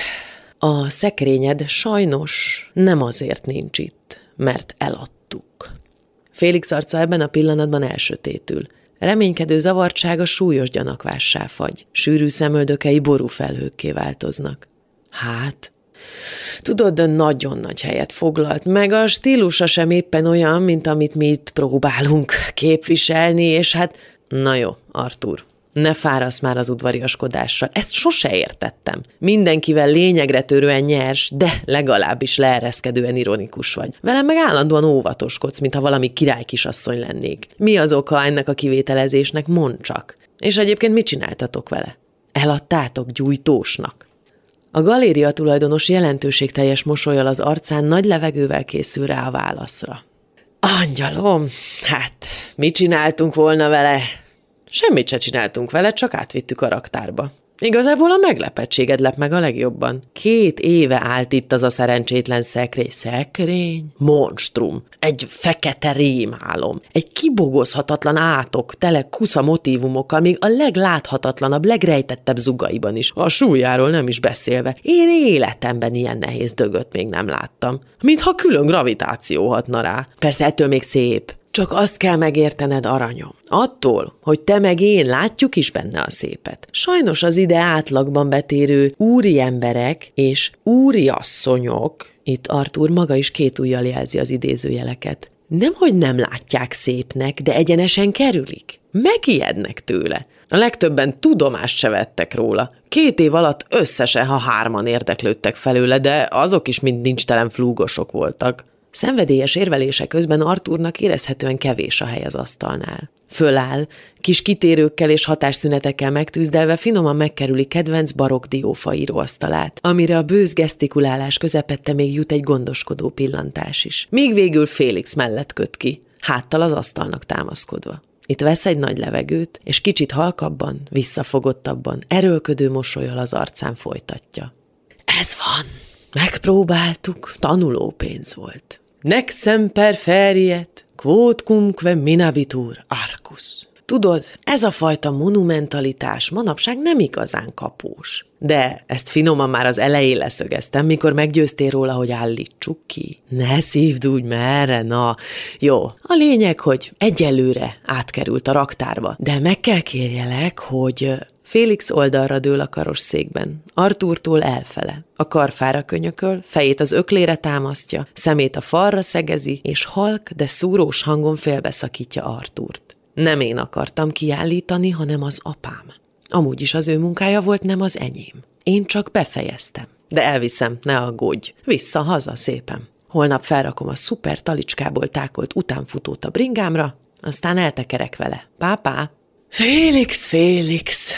a szekrényed sajnos nem azért nincs itt, mert eladtuk. Félix arca ebben a pillanatban elsötétül. Reménykedő zavartsága súlyos gyanakvássá fagy. Sűrű szemöldökei ború felhőkké változnak. Hát, tudod, de nagyon nagy helyet foglalt, meg a stílusa sem éppen olyan, mint amit mi itt próbálunk képviselni, és hát, na jó, Artúr, ne fárasz már az udvariaskodással. Ezt sose értettem. Mindenkivel lényegre törően nyers, de legalábbis leereszkedően ironikus vagy. Velem meg állandóan óvatoskodsz, mintha valami királykisasszony lennék. Mi az oka ennek a kivételezésnek? Mondd csak. És egyébként mit csináltatok vele? Eladtátok gyújtósnak? A galéria tulajdonos jelentőségteljes mosollyal az arcán nagy levegővel készül rá a válaszra. Angyalom, hát mit csináltunk volna vele? Semmit se csináltunk vele, csak átvittük a raktárba. Igazából a meglepettséged lep meg a legjobban. Két éve állt itt az a szerencsétlen szekrény. Szekrény? Monstrum. Egy fekete rémálom. Egy kibogozhatatlan átok, tele kusza motívumokkal, még a legláthatatlanabb, legrejtettebb zugaiban is. A súlyáról nem is beszélve. Én életemben ilyen nehéz dögöt még nem láttam. Mintha külön gravitáció hatna rá. Persze ettől még szép. Csak azt kell megértened, aranyom. Attól, hogy te meg én látjuk is benne a szépet. Sajnos az ide átlagban betérő úri emberek és úri asszonyok, itt Artúr maga is két ujjal jelzi az idézőjeleket, nemhogy nem látják szépnek, de egyenesen kerülik. Megijednek tőle. A legtöbben tudomást se vettek róla. Két év alatt összesen, ha hárman érdeklődtek felőle, de azok is mind nincstelen flúgosok voltak. Szenvedélyes érvelése közben Artúrnak érezhetően kevés a hely az asztalnál. Föláll, kis kitérőkkel és hatásszünetekkel megtűzdelve finoman megkerüli kedvenc barokk diófa íróasztalát, amire a bősz gesztikulálás közepette még jut egy gondoskodó pillantás is. Míg végül Félix mellett köt ki, háttal az asztalnak támaszkodva. Itt vesz egy nagy levegőt, és kicsit halkabban, visszafogottabban, erőlködő mosollyal az arcán folytatja. Ez van! Megpróbáltuk, tanulópénz volt. Nec semper feriet, quodcumque minabitur arcus. Tudod, ez a fajta monumentalitás manapság nem igazán kapós. De ezt finoman már az elején leszögeztem, mikor meggyőztél róla, hogy állítsuk ki. Ne szívd úgy merre, na. Jó, a lényeg, hogy egyelőre átkerült a raktárba, de meg kell kérjelek, hogy... Félix oldalra dől a karosszékben, Artúrtól elfele. A karfára könyököl, fejét az öklére támasztja, szemét a falra szegezi, és halk, de szúrós hangon félbeszakítja Artúrt. Nem én akartam kiállítani, hanem az apám. Amúgy is az ő munkája volt, nem az enyém. Én csak befejeztem. De elviszem, ne aggódj. Vissza, haza szépen. Holnap felrakom a szuper talicskából tákolt utánfutót a bringámra, aztán eltekerek vele. Pápá! Félix, Félix!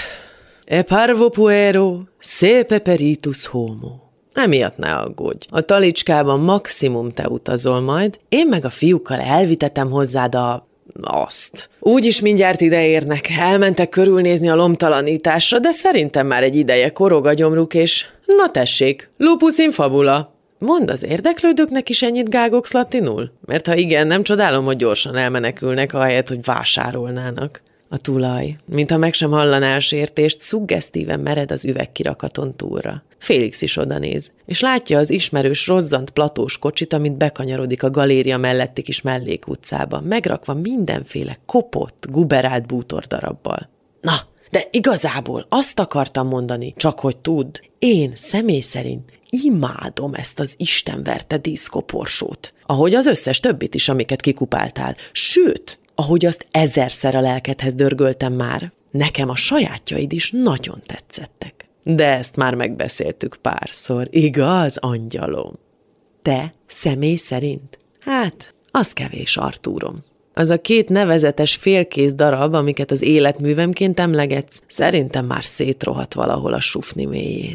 E parvo puero, sepe peritus homo. Emiatt ne aggódj. A talicskában maximum te utazol majd, én meg a fiúkkal elvitetem hozzád a... azt. Úgyis mindjárt ideérnek, elmentek körülnézni a lomtalanításra, de szerintem már egy ideje korog a gyomruk, és... Na tessék, lupus in fabula. Mondd, az érdeklődőknek is ennyit gágogsz latinul? Mert ha igen, nem csodálom, hogy gyorsan elmenekülnek, ahelyett, hogy vásárolnának. A tulaj, mintha meg sem hallaná a sértést, szuggesztíven mered az üvegkirakaton túlra. Félix is odanéz, és látja az ismerős rozzant platós kocsit, amit bekanyarodik a galéria melletti kis mellékutcába, megrakva mindenféle kopott, guberált bútordarabbal. Na, de igazából azt akartam mondani, csak hogy tudd, én személy szerint imádom ezt az istenverte díszkoporsót, ahogy az összes többit is, amiket kikupáltál. Sőt, ahogy azt ezerszer a lelkedhez dörgöltem már, nekem a sajátjaid is nagyon tetszettek. De ezt már megbeszéltük párszor, igaz, angyalom? Te személy szerint? Hát, az kevés, Artúrom. Az a két nevezetes félkész darab, amiket az életművemként emlegetsz, szerintem már szétrohadt valahol a sufni mélyén.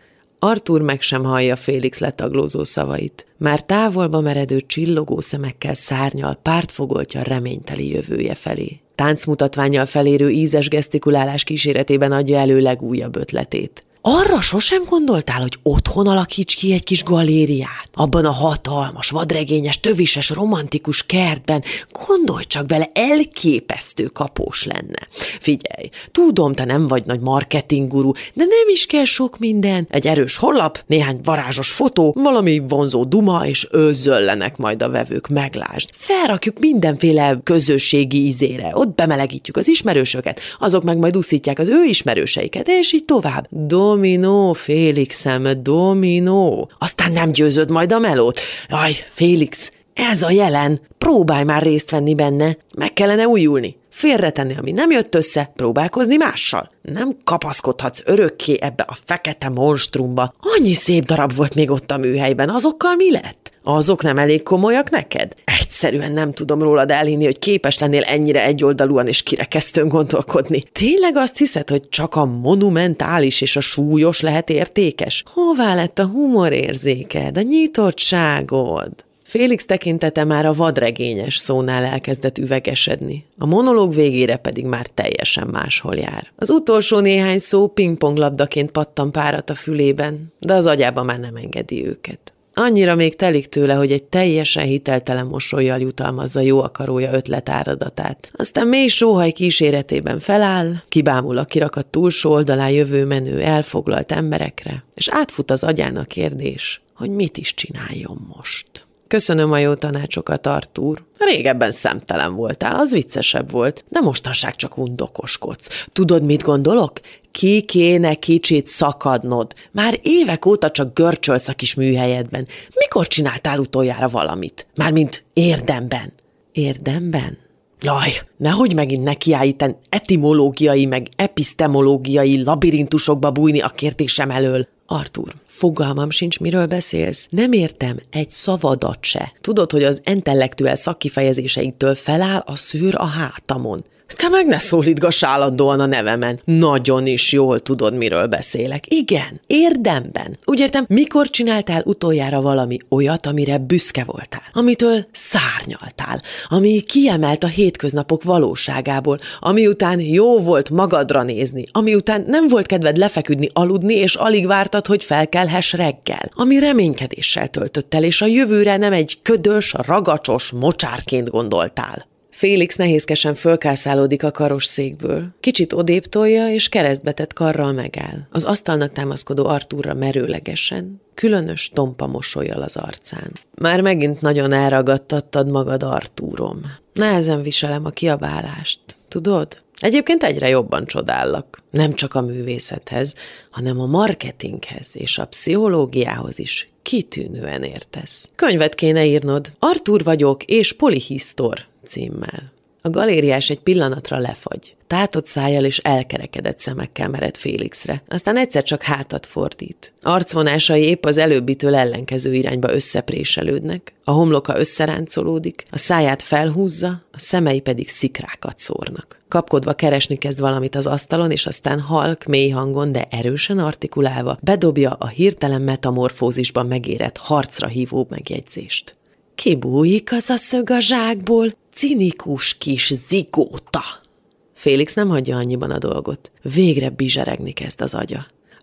Artúr meg sem hallja Félix letaglózó szavait. Már távolba meredő csillogó szemekkel szárnyal, pártfogoltja reményteli jövője felé. Táncmutatvánnyal felérő ízes gesztikulálás kíséretében adja elő legújabb ötletét. Arra sosem gondoltál, hogy otthon alakíts ki egy kis galériát? Abban a hatalmas, vadregényes, tövises, romantikus kertben, gondolj csak bele, elképesztő kapós lenne. Figyelj, tudom, te nem vagy nagy marketingguru, de nem is kell sok minden. Egy erős honlap, néhány varázsos fotó, valami vonzó duma, és őzöllenek majd a vevők, meglásd. Felrakjuk mindenféle közösségi izére, ott bemelegítjük az ismerősöket, azok meg majd uszítják az ő ismerőseiket, és így tovább. Dominó, Félixem, dominó. Aztán nem győzöd majd a melót. Jaj, Félix, ez a jelen. Próbálj már részt venni benne. Meg kellene újulni. Félretenni, ami nem jött össze, próbálkozni mással. Nem kapaszkodhatsz örökké ebbe a fekete monstrumba. Annyi szép darab volt még ott a műhelyben, azokkal mi lett? Azok nem elég komolyak neked? Egyszerűen nem tudom rólad elhinni, hogy képes lennél ennyire egyoldalúan és kirekesztőn gondolkodni. Tényleg azt hiszed, hogy csak a monumentális és a súlyos lehet értékes? Hová lett a humorérzéked, a nyitottságod? Félix tekintete már a vadregényes szónál elkezdett üvegesedni. A monológ végére pedig már teljesen máshol jár. Az utolsó néhány szó pingponglabdaként pattan párat a fülében, de az agyába már nem engedi őket. Annyira még telik tőle, hogy egy teljesen hiteltelen mosollyal jutalmazza jó akarója ötletáradatát. Aztán mély sóhaj kíséretében feláll, kibámul a kirakat túlsó oldalán jövő menő elfoglalt emberekre, és átfut az agyán a kérdés, hogy mit is csináljon most. Köszönöm a jó tanácsokat, Artúr. Régebben szemtelen voltál, az viccesebb volt, de mostanság csak undokoskodsz. Tudod, mit gondolok? Ki kéne kicsit szakadnod. Már évek óta csak görcsölsz a kis műhelyedben. Mikor csináltál utoljára valamit? Mármint érdemben. Érdemben? Jaj, nehogy megint nekiállj itten etimológiai meg epistemológiai labirintusokba bújni a kérdésem elől. Artúr, fogalmam sincs, miről beszélsz. Nem értem egy szavadat se. Tudod, hogy az intellektuál szakkifejezéseitől feláll a szűr a hátamon. Te meg ne szólítgass állandóan a nevemen. Nagyon is jól tudod, miről beszélek. Igen, érdemben. Úgy értem, mikor csináltál utoljára valami olyat, amire büszke voltál, amitől szárnyaltál, ami kiemelt a hétköznapok valóságából, ami után jó volt magadra nézni, ami után nem volt kedved lefeküdni, aludni, és alig vártad, hogy felkelhess reggel, ami reménykedéssel töltött el, és a jövőre nem egy ködös, ragacsos mocsárként gondoltál. Félix nehézkesen fölkászálódik a karosszékből. Kicsit odébb tolja, és keresztbetett karral megáll. Az asztalnak támaszkodó Artúrra merőlegesen, különös tompa mosollyal az arcán. Már megint nagyon elragadtattad magad, Artúrom. Nehezen viselem a kiabálást. Tudod? Egyébként egyre jobban csodállak. Nem csak a művészethez, hanem a marketinghez és a pszichológiához is kitűnően értesz. Könyvet kéne írnod. Artúr vagyok és polihisztor címmel. A galériás egy pillanatra lefagy. Tátott szájjal és elkerekedett szemekkel mered Félixre. Aztán egyszer csak hátat fordít. Arcvonásai épp az előbbitől ellenkező irányba összepréselődnek, a homloka összeráncolódik, a száját felhúzza, a szemei pedig szikrákat szórnak. Kapkodva keresni kezd valamit az asztalon, és aztán halk, mély hangon, de erősen artikulálva bedobja a hirtelen metamorfózisban megérett harcra hívó megjegyzést. Kibújik az a szög a zsákból, cinikus kis zigóta. Félix nem hagyja annyiban a dolgot. Végre bizseregni kezd az agya.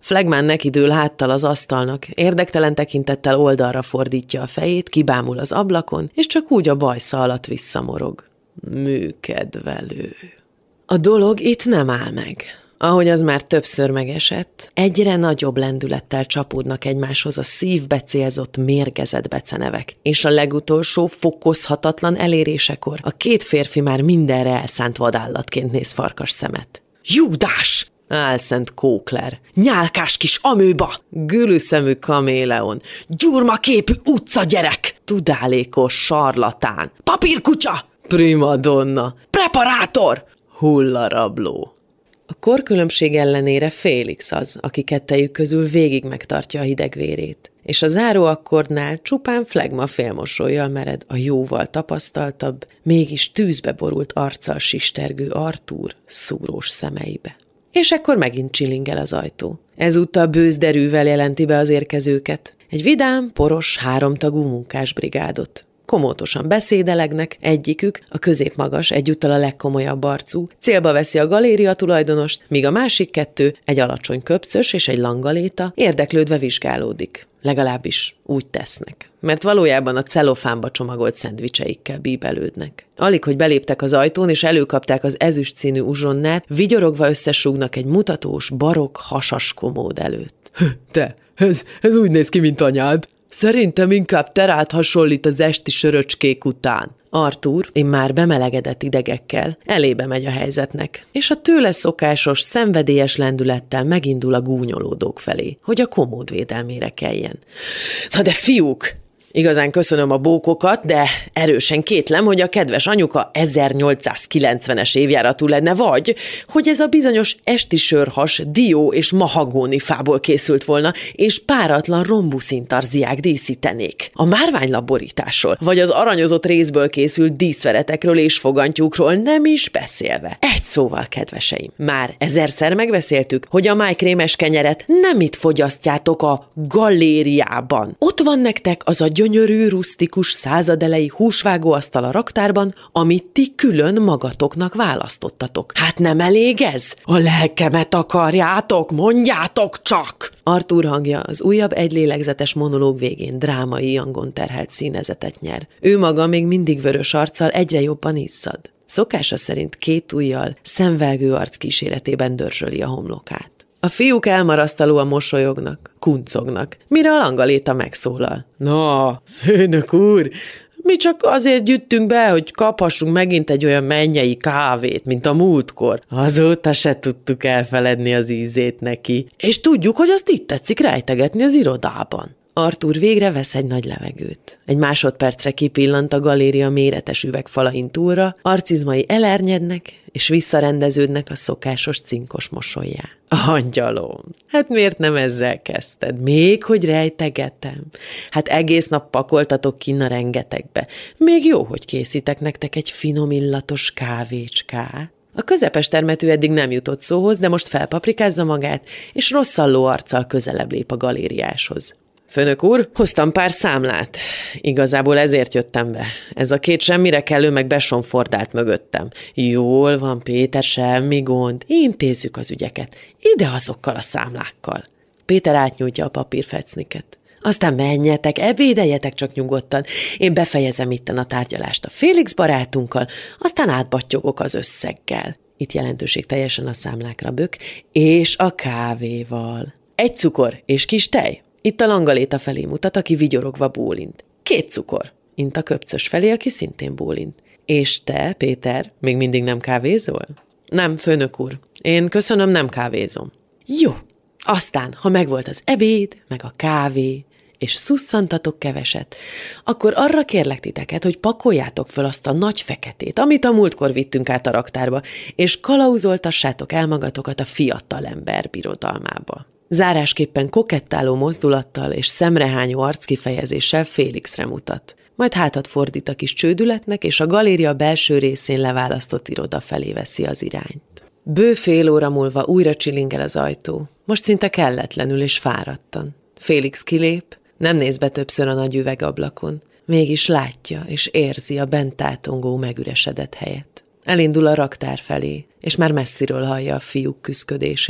Flegmán nekidől háttal az asztalnak, érdektelen tekintettel oldalra fordítja a fejét, kibámul az ablakon, és csak úgy a bajsza alatt visszamorog. Műkedvelő. A dolog itt nem áll meg. Ahogy az már többször megesett, egyre nagyobb lendülettel csapódnak egymáshoz a szívbe célzott mérgezett becenevek, és a legutolsó fokozhatatlan elérésekor a két férfi már mindenre elszánt vadállatként néz farkas szemet. Júdás! Álszent Kókler, nyálkás kis amőba, gülüszemű kaméleon, gyurmaképű utcagyerek, tudálékos sarlatán, papírkutya, primadonna, preparátor, hullarabló. A korkülönbség ellenére Félix az, aki kettejük közül végig megtartja a hideg vérét, és a záróakkordnál csupán flegma félmosollyal mered a jóval tapasztaltabb, mégis tűzbe borult arccal sistergő Artúr szúrós szemeibe. És ekkor megint csilingel az ajtó. Ezúttal bőzderűvel jelenti be az érkezőket. Egy vidám, poros, háromtagú munkásbrigádot. Komótosan beszédelegnek, egyikük, a középmagas, egyúttal a legkomolyabb arcú, célba veszi a galéria tulajdonost, míg a másik kettő, egy alacsony köpcös és egy langaléta, érdeklődve vizsgálódik. Legalábbis úgy tesznek, mert valójában a celofánba csomagolt szendvicseikkel bíbelődnek. Alig, hogy beléptek az ajtón, és előkapták az ezüst színű uzsonnát, vigyorogva összesúgnak egy mutatós, barokk, hasas komód előtt. Te, ez, ez úgy néz ki, mint anyád. Szerintem inkább te rád hasonlít az esti söröcskék után. Artúr, immár bemelegedett idegekkel, elébe megy a helyzetnek, és a tőle szokásos, szenvedélyes lendülettel megindul a gúnyolódók felé, hogy a komód védelmére keljen. Na de fiúk! Igazán köszönöm a bókokat, de erősen kétlem, hogy a kedves anyuka ezernyolcszázkilencvenes évjáratú lenne, vagy hogy ez a bizonyos esti sörhas dió és mahagóni fából készült volna, és páratlan rombuszintarziák díszítenék. A márványlap borításról, vagy az aranyozott részből készült díszveretekről és fogantyúkról nem is beszélve. Egy szóval, kedveseim, már ezerszer megbeszéltük, hogy a májkrémes kenyeret nem itt fogyasztjátok a galériában. Ott van nektek az a gyönyörű, rusztikus, századelei húsvágóasztal a raktárban, amit ti külön magatoknak választottatok. Hát nem elég ez? A lelkemet akarjátok, mondjátok csak! Artúr hangja az újabb egylélegzetes monológ végén drámai jangon terhelt színezetet nyer. Ő maga még mindig vörös arccal egyre jobban izzad. Szokása szerint két ujjal, szemvelgő arc kíséretében dörzsöli a homlokát. A fiúk elmarasztalóan mosolyognak, kuncognak, mire a langaléta megszólal. Na, főnök úr, mi csak azért gyűjtünk be, hogy kaphassunk megint egy olyan mennyei kávét, mint a múltkor. Azóta se tudtuk elfeledni az ízét neki. És tudjuk, hogy azt itt tetszik rejtegetni az irodában. Artúr végre vesz egy nagy levegőt. Egy másodpercre kipillant a galéria méretes üvegfalain túlra, arcizmai elernyednek, és visszarendeződnek a szokásos cinkos mosollyá. Angyalom, hát miért nem ezzel kezdted? Még hogy rejtegetem. Hát egész nap pakoltatok kinn a rengetegbe. Még jó, hogy készítek nektek egy finom illatos kávécskát. A közepes termetű eddig nem jutott szóhoz, de most felpaprikázza magát, és rosszalló arccal közelebb lép a galériáshoz. Főnök úr, hoztam pár számlát. Igazából ezért jöttem be. Ez a két semmire kellő meg besonfordált mögöttem. Jól van, Péter, semmi gond. Intézzük az ügyeket. Ide azokkal a számlákkal. Péter átnyújtja a papírfecniket. Aztán menjetek, ebédeljetek csak nyugodtan. Én befejezem itten a tárgyalást a Félix barátunkkal, aztán átbattyogok az összeggel. Itt jelentőség teljesen a számlákra bök, és a kávéval. Egy cukor és kis tej. Itt a langaléta felé mutat, aki vigyorogva bólint. Két cukor. Int a köpcös felé, aki szintén bólint. És te, Péter, még mindig nem kávézol? Nem, főnök úr. Én köszönöm, nem kávézom. Jó. Aztán, ha megvolt az ebéd, meg a kávé, és szusszantatok keveset, akkor arra kérlek titeket, hogy pakoljátok föl azt a nagy feketét, amit a múltkor vittünk át a raktárba, és kalauzoltassátok el magatokat a fiatalember birodalmába. Zárásképpen kokettáló mozdulattal és szemrehányó arckifejezéssel Félixre mutat. Majd hátat fordít a kis csődületnek, és a galéria belső részén leválasztott iroda felé veszi az irányt. Bő fél óra múlva újra csilingel az ajtó. Most szinte kelletlenül és fáradtan. Félix kilép, nem néz be többször a nagy üvegablakon. Mégis látja és érzi a bent tátongó megüresedett helyet. Elindul a raktár felé, és már messziről hallja a fiúk küszködését.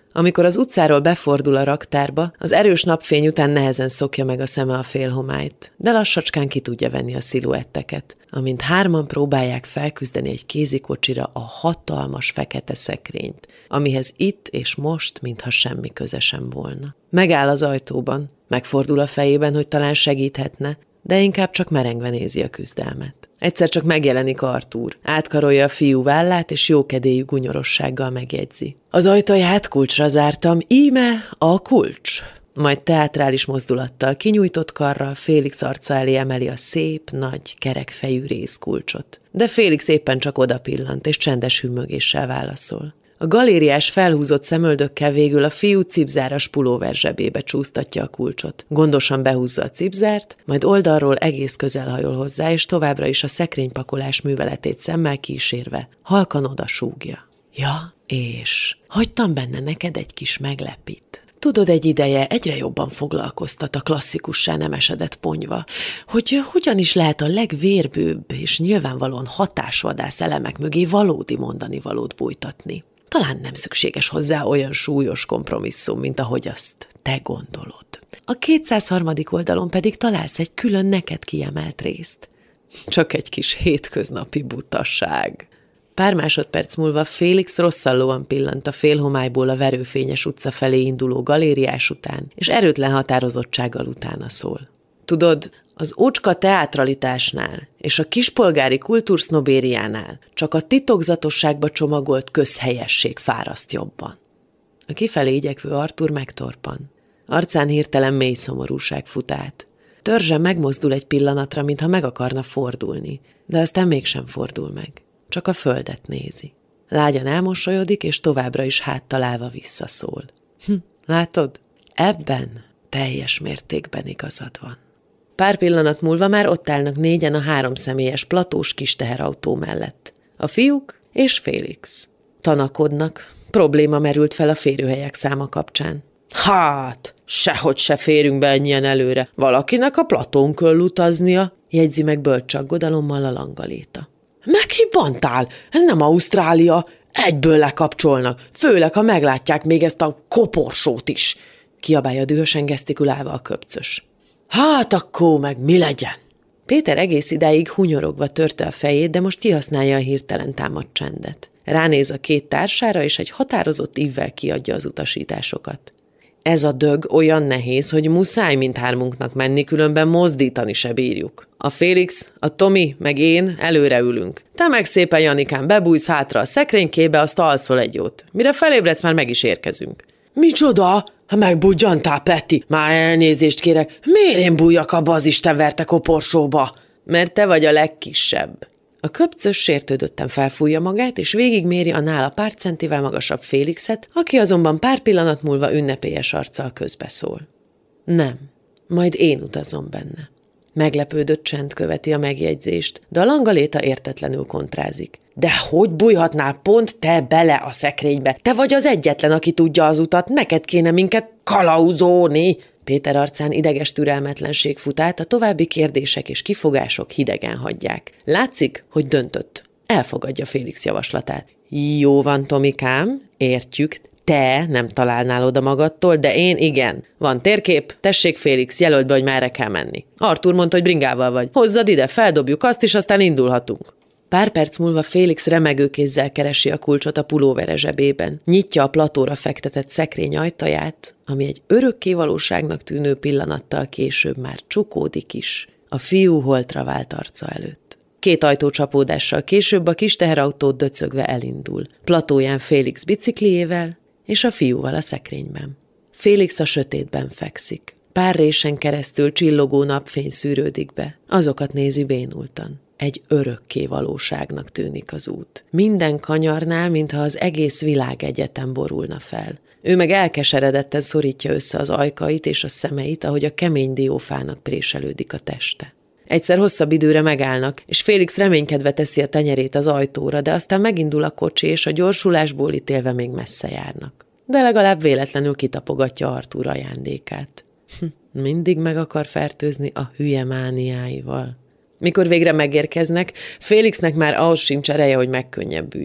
Amikor az utcáról befordul a raktárba, az erős napfény után nehezen szokja meg a szeme a félhomályt, de lassacskán ki tudja venni a sziluetteket, amint hárman próbálják felküzdeni egy kézikocsira a hatalmas fekete szekrényt, amihez itt és most, mintha semmi köze sem volna. Megáll az ajtóban, megfordul a fejében, hogy talán segíthetne, de inkább csak merengve nézi a küzdelmet. Egyszer csak megjelenik Artúr, átkarolja a fiú vállát, és jókedélyű gunyorossággal megjegyzi. Az ajtaját kulcsra zártam, íme a kulcs. Majd teátrális mozdulattal, kinyújtott karral Félix arca elé emeli a szép, nagy, kerekfejű rézkulcsot. De Félix éppen csak odapillant, és csendes hümmögéssel válaszol. A galériás felhúzott szemöldökkel végül a fiú cipzáras pulóver zsebébe csúsztatja a kulcsot. Gondosan behúzza a cipzárt, majd oldalról egész közel hajol hozzá, és továbbra is a szekrénypakolás műveletét szemmel kísérve halkan odasúgja. Ja, és hagytam benne neked egy kis meglepit. Tudod, egy ideje egyre jobban foglalkoztat a klasszikussá nem esedett ponyva, hogy hogyan is lehet a legvérbőbb és nyilvánvalóan hatásvadász elemek mögé valódi mondani valót bújtatni. Talán nem szükséges hozzá olyan súlyos kompromisszum, mint ahogy azt te gondolod. A kétszázharmadik oldalon pedig találsz egy külön neked kiemelt részt. Csak egy kis hétköznapi butaság. Pár másodperc múlva Félix rosszallóan pillant a félhomályból a verőfényes utca felé induló galériás után, és erőtlen határozottsággal utána szól. Tudod, az ócska teátralitásnál és a kispolgári kultúrsznobériánál csak a titokzatosságba csomagolt közhelyesség fáraszt jobban. A kifelé igyekvő Artúr megtorpan. Arcán hirtelen mély szomorúság fut át. Törzse megmozdul egy pillanatra, mintha meg akarna fordulni, de aztán mégsem fordul meg. Csak a földet nézi. Lágyan elmosolyodik, és továbbra is háttal állva visszaszól. Hm, látod? Ebben teljes mértékben igazad van. Pár pillanat múlva már ott állnak négyen a háromszemélyes platós kis teherautó mellett. A fiúk és Félix. Tanakodnak. Probléma merült fel a férőhelyek száma kapcsán. Hát, sehogy se férünk be ennyien előre. Valakinek a platón kell utaznia, jegyzi meg bölcs aggodalommal a langaléta. Meghibbantál? Ez nem Ausztrália. Egyből lekapcsolnak, főleg, ha meglátják még ezt a koporsót is, kiabálja dühösen gesztikulálva a köpcös. Hát akkor meg mi legyen? Péter egész idáig hunyorogva törte a fejét, de most kihasználja a hirtelen támadt csendet. Ránéz a két társára, és egy határozott ívvel kiadja az utasításokat. Ez a dög olyan nehéz, hogy muszáj mindhármunknak menni, különben mozdítani se bírjuk. A Félix, a Tomi, meg én előre ülünk. Te meg szépen, Janikán, bebújsz hátra a szekrénykébe, azt alszol egy jót. Mire felébredsz, már meg is érkezünk. Micsoda? Ha megbudjantál, Peti, már elnézést kérek. Miért én bújjak abba az istenverte koporsóba? Mert te vagy a legkisebb. A köpcös sértődötten felfújja magát, és végigméri a nála pár centivel magasabb Félixet, aki azonban pár pillanat múlva ünnepélyes arccal közbeszól. Nem, majd én utazom benne. Meglepődött csend követi a megjegyzést, de a langaléta értetlenül kontrázik. De hogy bújhatnál pont te bele a szekrénybe? Te vagy az egyetlen, aki tudja az utat, neked kéne minket kalauzolni. Péter arcán ideges türelmetlenség fut át, a további kérdések és kifogások hidegen hagyják. Látszik, hogy döntött. Elfogadja Félix javaslatát. Jó van, Tomikám, értjük, te nem találnál oda magadtól, de én igen. Van térkép, tessék Félix, jelöld be, hogy merre kell menni. Artúr mondta, hogy bringával vagy. Hozzad ide, feldobjuk azt, és aztán indulhatunk. Pár perc múlva Félix remegő kézzel keresi a kulcsot a pulóvere zsebében. Nyitja a platóra fektetett szekrény ajtaját, ami egy örökké valóságnak tűnő pillanattal később már csukódik is a fiú holtra vált arca előtt. Két ajtócsapódással később a kis teherautó döcögve elindul. Platóján Félix bicikliével és a fiúval a szekrényben. Félix a sötétben fekszik. Pár résen keresztül csillogó napfény szűrődik be. Azokat nézi bénultan. Egy örökké valóságnak tűnik az út. Minden kanyarnál, mintha az egész világegyetem borulna fel. Ő meg elkeseredetten szorítja össze az ajkait és a szemeit, ahogy a kemény diófának préselődik a teste. Egyszer hosszabb időre megállnak, és Félix reménykedve teszi a tenyerét az ajtóra, de aztán megindul a kocsi, és a gyorsulásból ítélve még messze járnak. De legalább véletlenül kitapogatja Artúr ajándékát. Hm, mindig meg akar fertőzni a hülye mániáival. Mikor végre megérkeznek, Félixnek már ahhoz sincs ereje, hogy megkönnyebbüljön.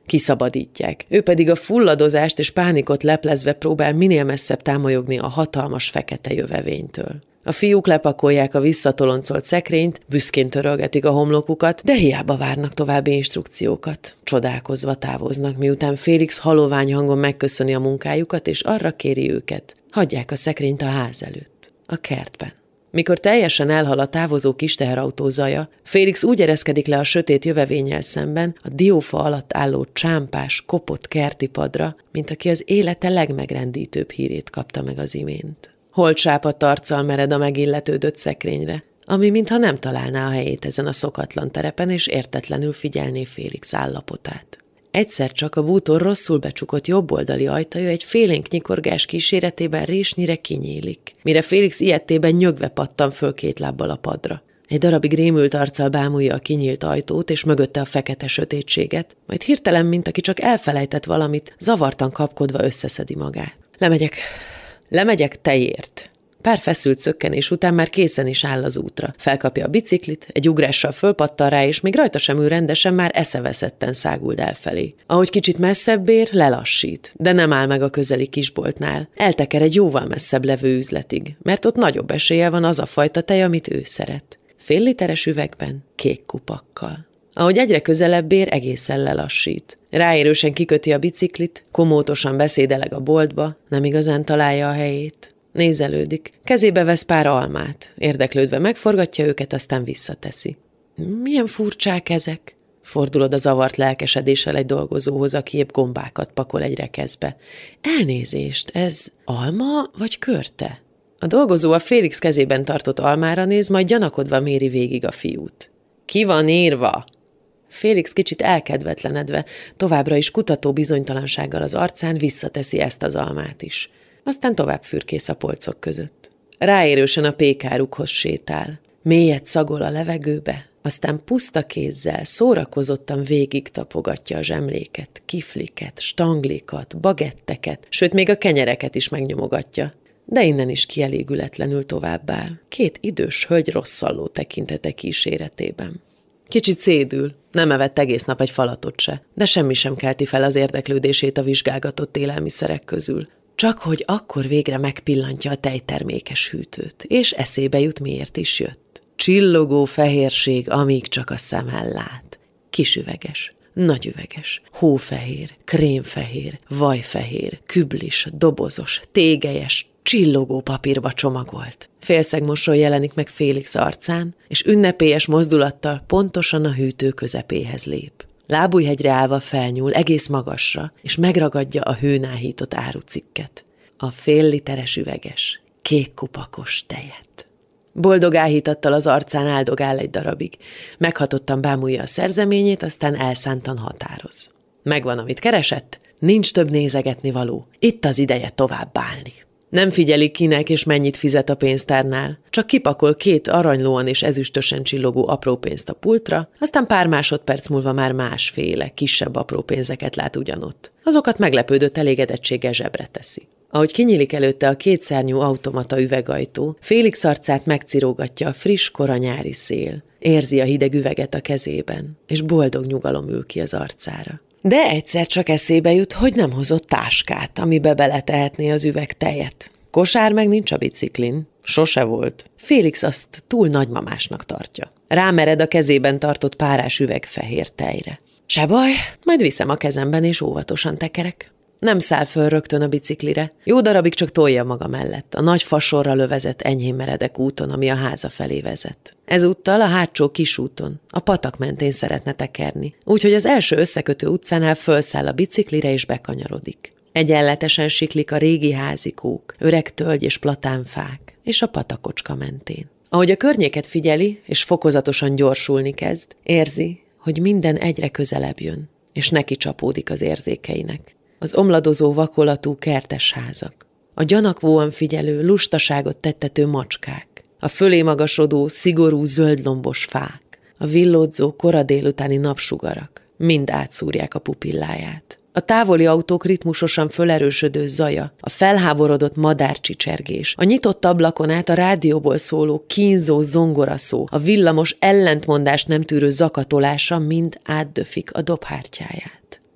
Kiszabadítják. Ő pedig a fulladozást és pánikot leplezve próbál minél messzebb támolyogni a hatalmas fekete jövevénytől. A fiúk lepakolják a visszatoloncolt szekrényt, büszkén törölgetik a homlokukat, de hiába várnak további instrukciókat. Csodálkozva távoznak, miután Félix halovány hangon megköszöni a munkájukat, és arra kéri őket, hagyják a szekrényt a ház előtt, a kertben. Mikor teljesen elhal a távozó kis teherautó zaja, Félix úgy ereszkedik le a sötét jövevénnyel szemben, a diófa alatt álló csámpás, kopott kerti padra, mint aki az élete legmegrendítőbb hírét kapta meg az imént. Holtsápadt arccal mered a megilletődött szekrényre, ami mintha nem találná a helyét ezen a szokatlan terepen, és értetlenül figyelné Félix állapotát. Egyszer csak a bútor rosszul becsukott jobboldali ajtaja egy félénk nyikorgás kíséretében résnyire kinyílik, mire Félix ilyettében nyögve pattan föl két lábbal a padra. Egy darabig rémült arccal bámulja a kinyílt ajtót, és mögötte a fekete sötétséget, majd hirtelen, mint aki csak elfelejtett valamit, zavartan kapkodva összeszedi magát. Lemegyek, lemegyek tejért. Pár feszült szökkenés után már készen is áll az útra. Felkapja a biciklit, egy ugrással fölpattan rá, és még rajta sem ül rendesen, már eszeveszetten száguld elfelé. Ahogy kicsit messzebb ér, lelassít, de nem áll meg a közeli kisboltnál. Elteker egy jóval messzebb levő üzletig, mert ott nagyobb esélye van az a fajta tej, amit ő szeret. Fél literes üvegben, kék kupakkal. Ahogy egyre közelebb ér, egészen lelassít. Ráérősen kiköti a biciklit, komótosan beszédeleg a boltba, nem igazán találja a helyét. Nézelődik. Kezébe vesz pár almát. Érdeklődve megforgatja őket, aztán visszateszi. Milyen furcsák ezek? Fordul oda zavart lelkesedéssel egy dolgozóhoz, aki épp gombákat pakol egy rekeszbe. Elnézést, ez alma vagy körte? A dolgozó a Félix kezében tartott almára néz, majd gyanakodva méri végig a fiút. Ki van írva? Félix kicsit elkedvetlenedve, továbbra is kutató bizonytalansággal az arcán visszateszi ezt az almát is. Aztán tovább fürkész a polcok között. Ráérősen a pékárukhoz sétál. Mélyet szagol a levegőbe, aztán puszta kézzel szórakozottan végig tapogatja a zsemléket, kifliket, stanglikat, bagetteket, sőt még a kenyereket is megnyomogatja. De innen is kielégületlenül továbbáll. Két idős hölgy rosszalló tekintete kíséretében. Kicsit szédül, nem evett egész nap egy falatot se, de semmi sem kelti fel az érdeklődését a vizsgálgatott élelmiszerek közül. Csak hogy akkor végre megpillantja a tejtermékes hűtőt, és eszébe jut, miért is jött. Csillogó fehérség, amíg csak a szemmel lát. Kisüveges, nagyüveges, hófehér, krémfehér, vajfehér, küblis, dobozos, tégelyes, csillogó papírba csomagolt. Félszeg mosoly jelenik meg Félix arcán, és ünnepélyes mozdulattal pontosan a hűtő közepéhez lép. Lábújhegyre állva felnyúl egész magasra, és megragadja a hőn áhított árucikket. A fél literes üveges, kék kupakos tejet. Boldog áhítattal az arcán áldogál egy darabig. Meghatottan bámulja a szerzeményét, aztán elszántan határoz. Megvan, amit keresett, nincs több nézegetni való. Itt az ideje tovább állni. Nem figyeli, kinek és mennyit fizet a pénztárnál, csak kipakol két aranylóan és ezüstösen csillogó apró pénzt a pultra, aztán pár másodperc múlva már másféle, kisebb apró pénzeket lát ugyanott. Azokat meglepődött elégedettséggel zsebre teszi. Ahogy kinyílik előtte a kétszárnyú automata üvegajtó, Félix arcát megcirógatja a friss koranyári szél. Érzi a hideg üveget a kezében, és boldog nyugalom ül ki az arcára. De egyszer csak eszébe jut, hogy nem hozott táskát, amibe beletehetné az üveg tejet. Kosár meg nincs a biciklin. Sose volt. Félix azt túl nagymamásnak tartja. Rámered a kezében tartott párás üveg fehér tejre. Se baj, majd viszem a kezemben, és óvatosan tekerek. Nem száll föl rögtön a biciklire. Jó darabig csak tolja maga mellett, a nagy fasorra lövezett enyhén meredek úton, ami a háza felé vezet. Ezúttal a hátsó kisúton, a patak mentén szeretne tekerni, úgyhogy az első összekötő utcánál fölszáll a biciklire és bekanyarodik. Egyenletesen siklik a régi házikók, öreg tölgy és platánfák, és a patakocska mentén. Ahogy a környéket figyeli, és fokozatosan gyorsulni kezd, érzi, hogy minden egyre közelebb jön, és neki csapódik az érzékeinek. Az omladozó vakolatú kertes házak, a gyanakvóan figyelő, lustaságot tettető macskák, a fölé magasodó, szigorú zöldlombos fák, a villódzó kora délutáni napsugarak mind átszúrják a pupilláját. A távoli autók ritmusosan fölerősödő zaja, a felháborodott madárcsicsergés, a nyitott ablakon át a rádióból szóló kínzó zongoraszó, a villamos ellentmondást nem tűrő zakatolása mind átdöfik a dobhártyáját.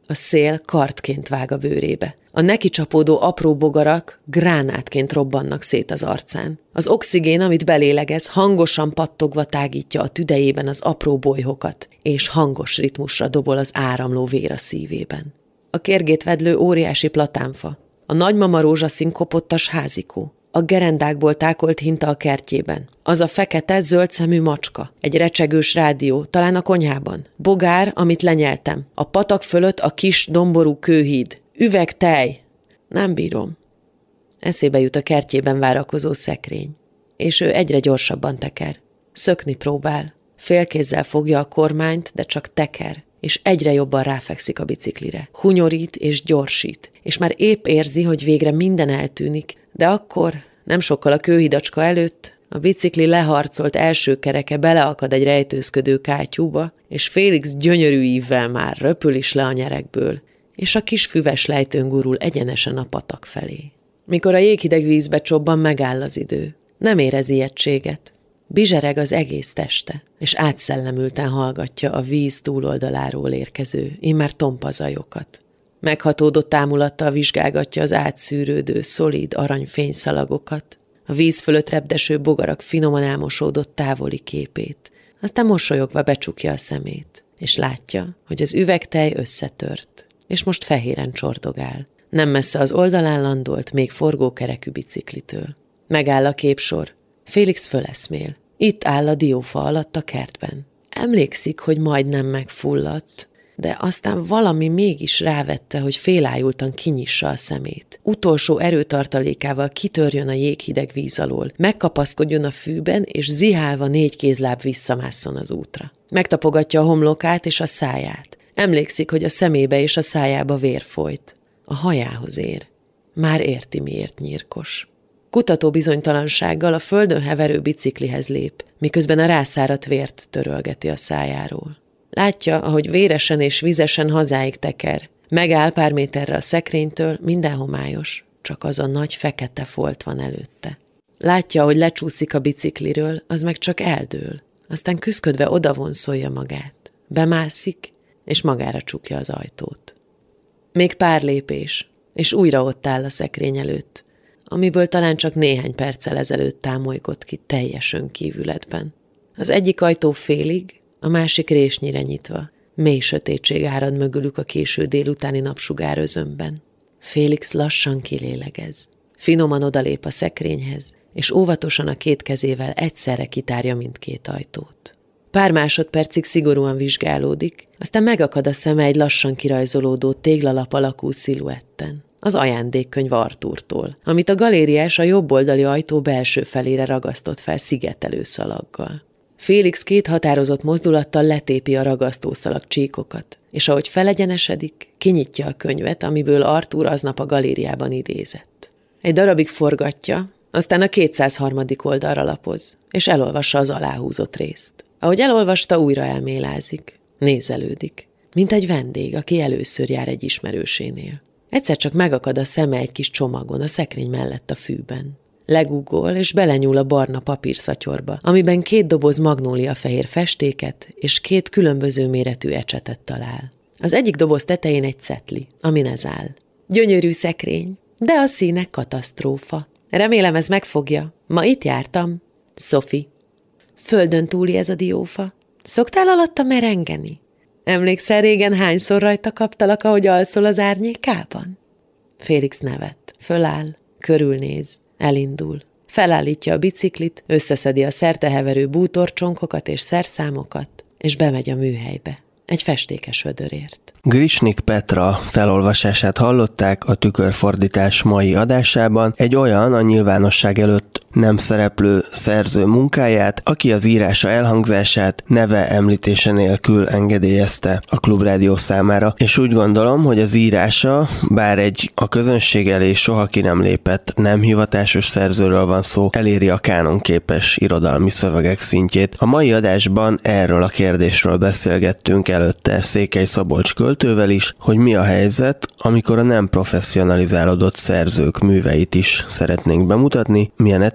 A szél kartként vág a bőrébe. A neki csapódó apró bogarak gránátként robbannak szét az arcán. Az oxigén, amit belélegez, hangosan pattogva tágítja a tüdejében az apró bolyhokat, és hangos ritmusra dobol az áramló vér a szívében. A kérgét vedlő óriási platánfa, a nagymama rózsaszín kopottas házikó, a gerendákból tákolt hinta a kertjében, az a fekete, zöld szemű macska, egy recsegős rádió, talán a konyhában, bogár, amit lenyeltem, a patak fölött a kis domború kőhíd, üveg tej. Nem bírom. Eszébe jut a kertjében várakozó szekrény, és ő egyre gyorsabban teker. Szökni próbál. Félkézzel fogja a kormányt, de csak teker, és egyre jobban ráfekszik a biciklire. Hunyorít és gyorsít, és már épp érzi, hogy végre minden eltűnik, de akkor, nem sokkal a kőhidacska előtt, a bicikli leharcolt első kereke beleakad egy rejtőzködő kátyúba, és Félix gyönyörű ívvel már röpül is le a nyerekből, és a kis füves lejtőn gurul egyenesen a patak felé. Mikor a jéghideg vízbe csobban, megáll az idő. Nem érez ijegységet. Bizsereg az egész teste, és átszellemülten hallgatja a víz túloldaláról érkező, immár tompa zajokat. Meghatódott ámulattal vizsgálgatja az átszűrődő, szolíd aranyfényszalagokat, a víz fölött repdeső bogarak finoman elmosódott távoli képét. Aztán mosolyogva becsukja a szemét, és látja, hogy az üvegtej összetört, és most fehéren csordogál. Nem messze az oldalán landolt, még forgókerekű biciklitől. Megáll a képsor. Félix föleszmél. Itt áll a diófa alatt a kertben. Emlékszik, hogy majdnem megfulladt, de aztán valami mégis rávette, hogy félájultan kinyissa a szemét. Utolsó erőtartalékával kitörjön a jéghideg víz alól, megkapaszkodjon a fűben, és zihálva négy kézláb visszamásszon az útra. Megtapogatja a homlokát és a száját. Emlékszik, hogy a szemébe és a szájába vér folyt. A hajához ér. Már érti, miért nyírkos. Kutató bizonytalansággal a földön heverő biciklihez lép, miközben a rászáradt vért törölgeti a szájáról. Látja, ahogy véresen és vizesen hazáig teker. Megáll pár méterre a szekrénytől, minden homályos, csak az a nagy fekete folt van előtte. Látja, hogy lecsúszik a bicikliről, az meg csak eldől. Aztán küszködve odavonszolja magát. Bemászik, és magára csukja az ajtót. Még pár lépés, és újra ott áll a szekrény előtt, amiből talán csak néhány perccel ezelőtt támolygott ki teljes önkívületben. Az egyik ajtó félig, a másik résnyire nyitva. Mély sötétség árad mögülük a késő délutáni napsugár özönben. Félix lassan kilélegez. Finoman odalép a szekrényhez, és óvatosan a két kezével egyszerre kitárja mindkét ajtót. Pár másodpercig szigorúan vizsgálódik, aztán megakad a szeme egy lassan kirajzolódó téglalap alakú sziluetten. Az ajándékkönyv Artúrtól, amit a galériás a jobboldali ajtó belső felére ragasztott fel szigetelő szalaggal. Félix két határozott mozdulattal letépi a ragasztószalag csíkokat, és ahogy felegyenesedik, kinyitja a könyvet, amiből Artúr aznap a galériában idézett. Egy darabig forgatja, aztán a kétszázharmadik oldalra lapoz, és elolvassa az aláhúzott részt. Ahogy elolvasta, újra elmélázik, nézelődik, mint egy vendég, aki először jár egy ismerősénél. Egyszer csak megakad a szeme egy kis csomagon, a szekrény mellett a fűben. Legugol, és belenyúl a barna papírszatyorba, amiben két doboz magnóliafehér festéket és két különböző méretű ecsetet talál. Az egyik doboz tetején egy cetli, amin ez áll. Gyönyörű szekrény, de a színe katasztrófa. Remélem, ez megfogja. Ma itt jártam. Sophie. Földön túli ez a diófa. Szoktál alatta merengeni? Emlékszel régen, hányszor rajta kaptalak, ahogy alszol az árnyékában? Félix nevet. Föláll, körülnéz, elindul. Felállítja a biciklit, összeszedi a szerteheverő bútorcsonkokat és szerszámokat, és bemegy a műhelybe. Egy festékes vödörért. Grisnik Petra felolvasását hallották a Tükörfordítás mai adásában, egy olyan a nyilvánosság előtt nem szereplő szerző munkáját, aki az írása elhangzását neve említése nélkül engedélyezte a Klubrádió számára, és úgy gondolom, hogy az írása, bár egy a közönség elé soha ki nem lépett nem hivatásos szerzőről van szó, eléri a kánonképes irodalmi szövegek szintjét. A mai adásban erről a kérdésről beszélgettünk előtte Székely Szabolcs költővel is, hogy mi a helyzet, amikor a nem professzionalizálódott szerzők műveit is szeretnénk bemutatni, milyen etikai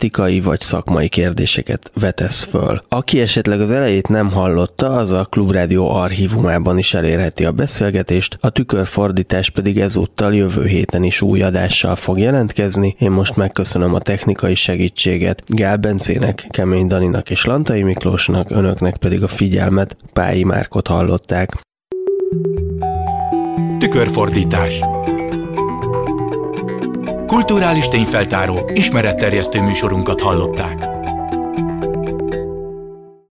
politikai vagy szakmai kérdéseket vetesz föl. Aki esetleg az elejét nem hallotta, az a Klubrádió archívumában is elérheti a beszélgetést, a tükörfordítás pedig ezúttal jövő héten is új adással fog jelentkezni. Én most megköszönöm a technikai segítséget Gál Bencének, Kemény Daninak és Lantai Miklósnak, önöknek pedig a figyelmet. Pályi Márkot hallották. Tükörfordítás. Kulturális tényfeltáró, ismeretterjesztő műsorunkat hallották.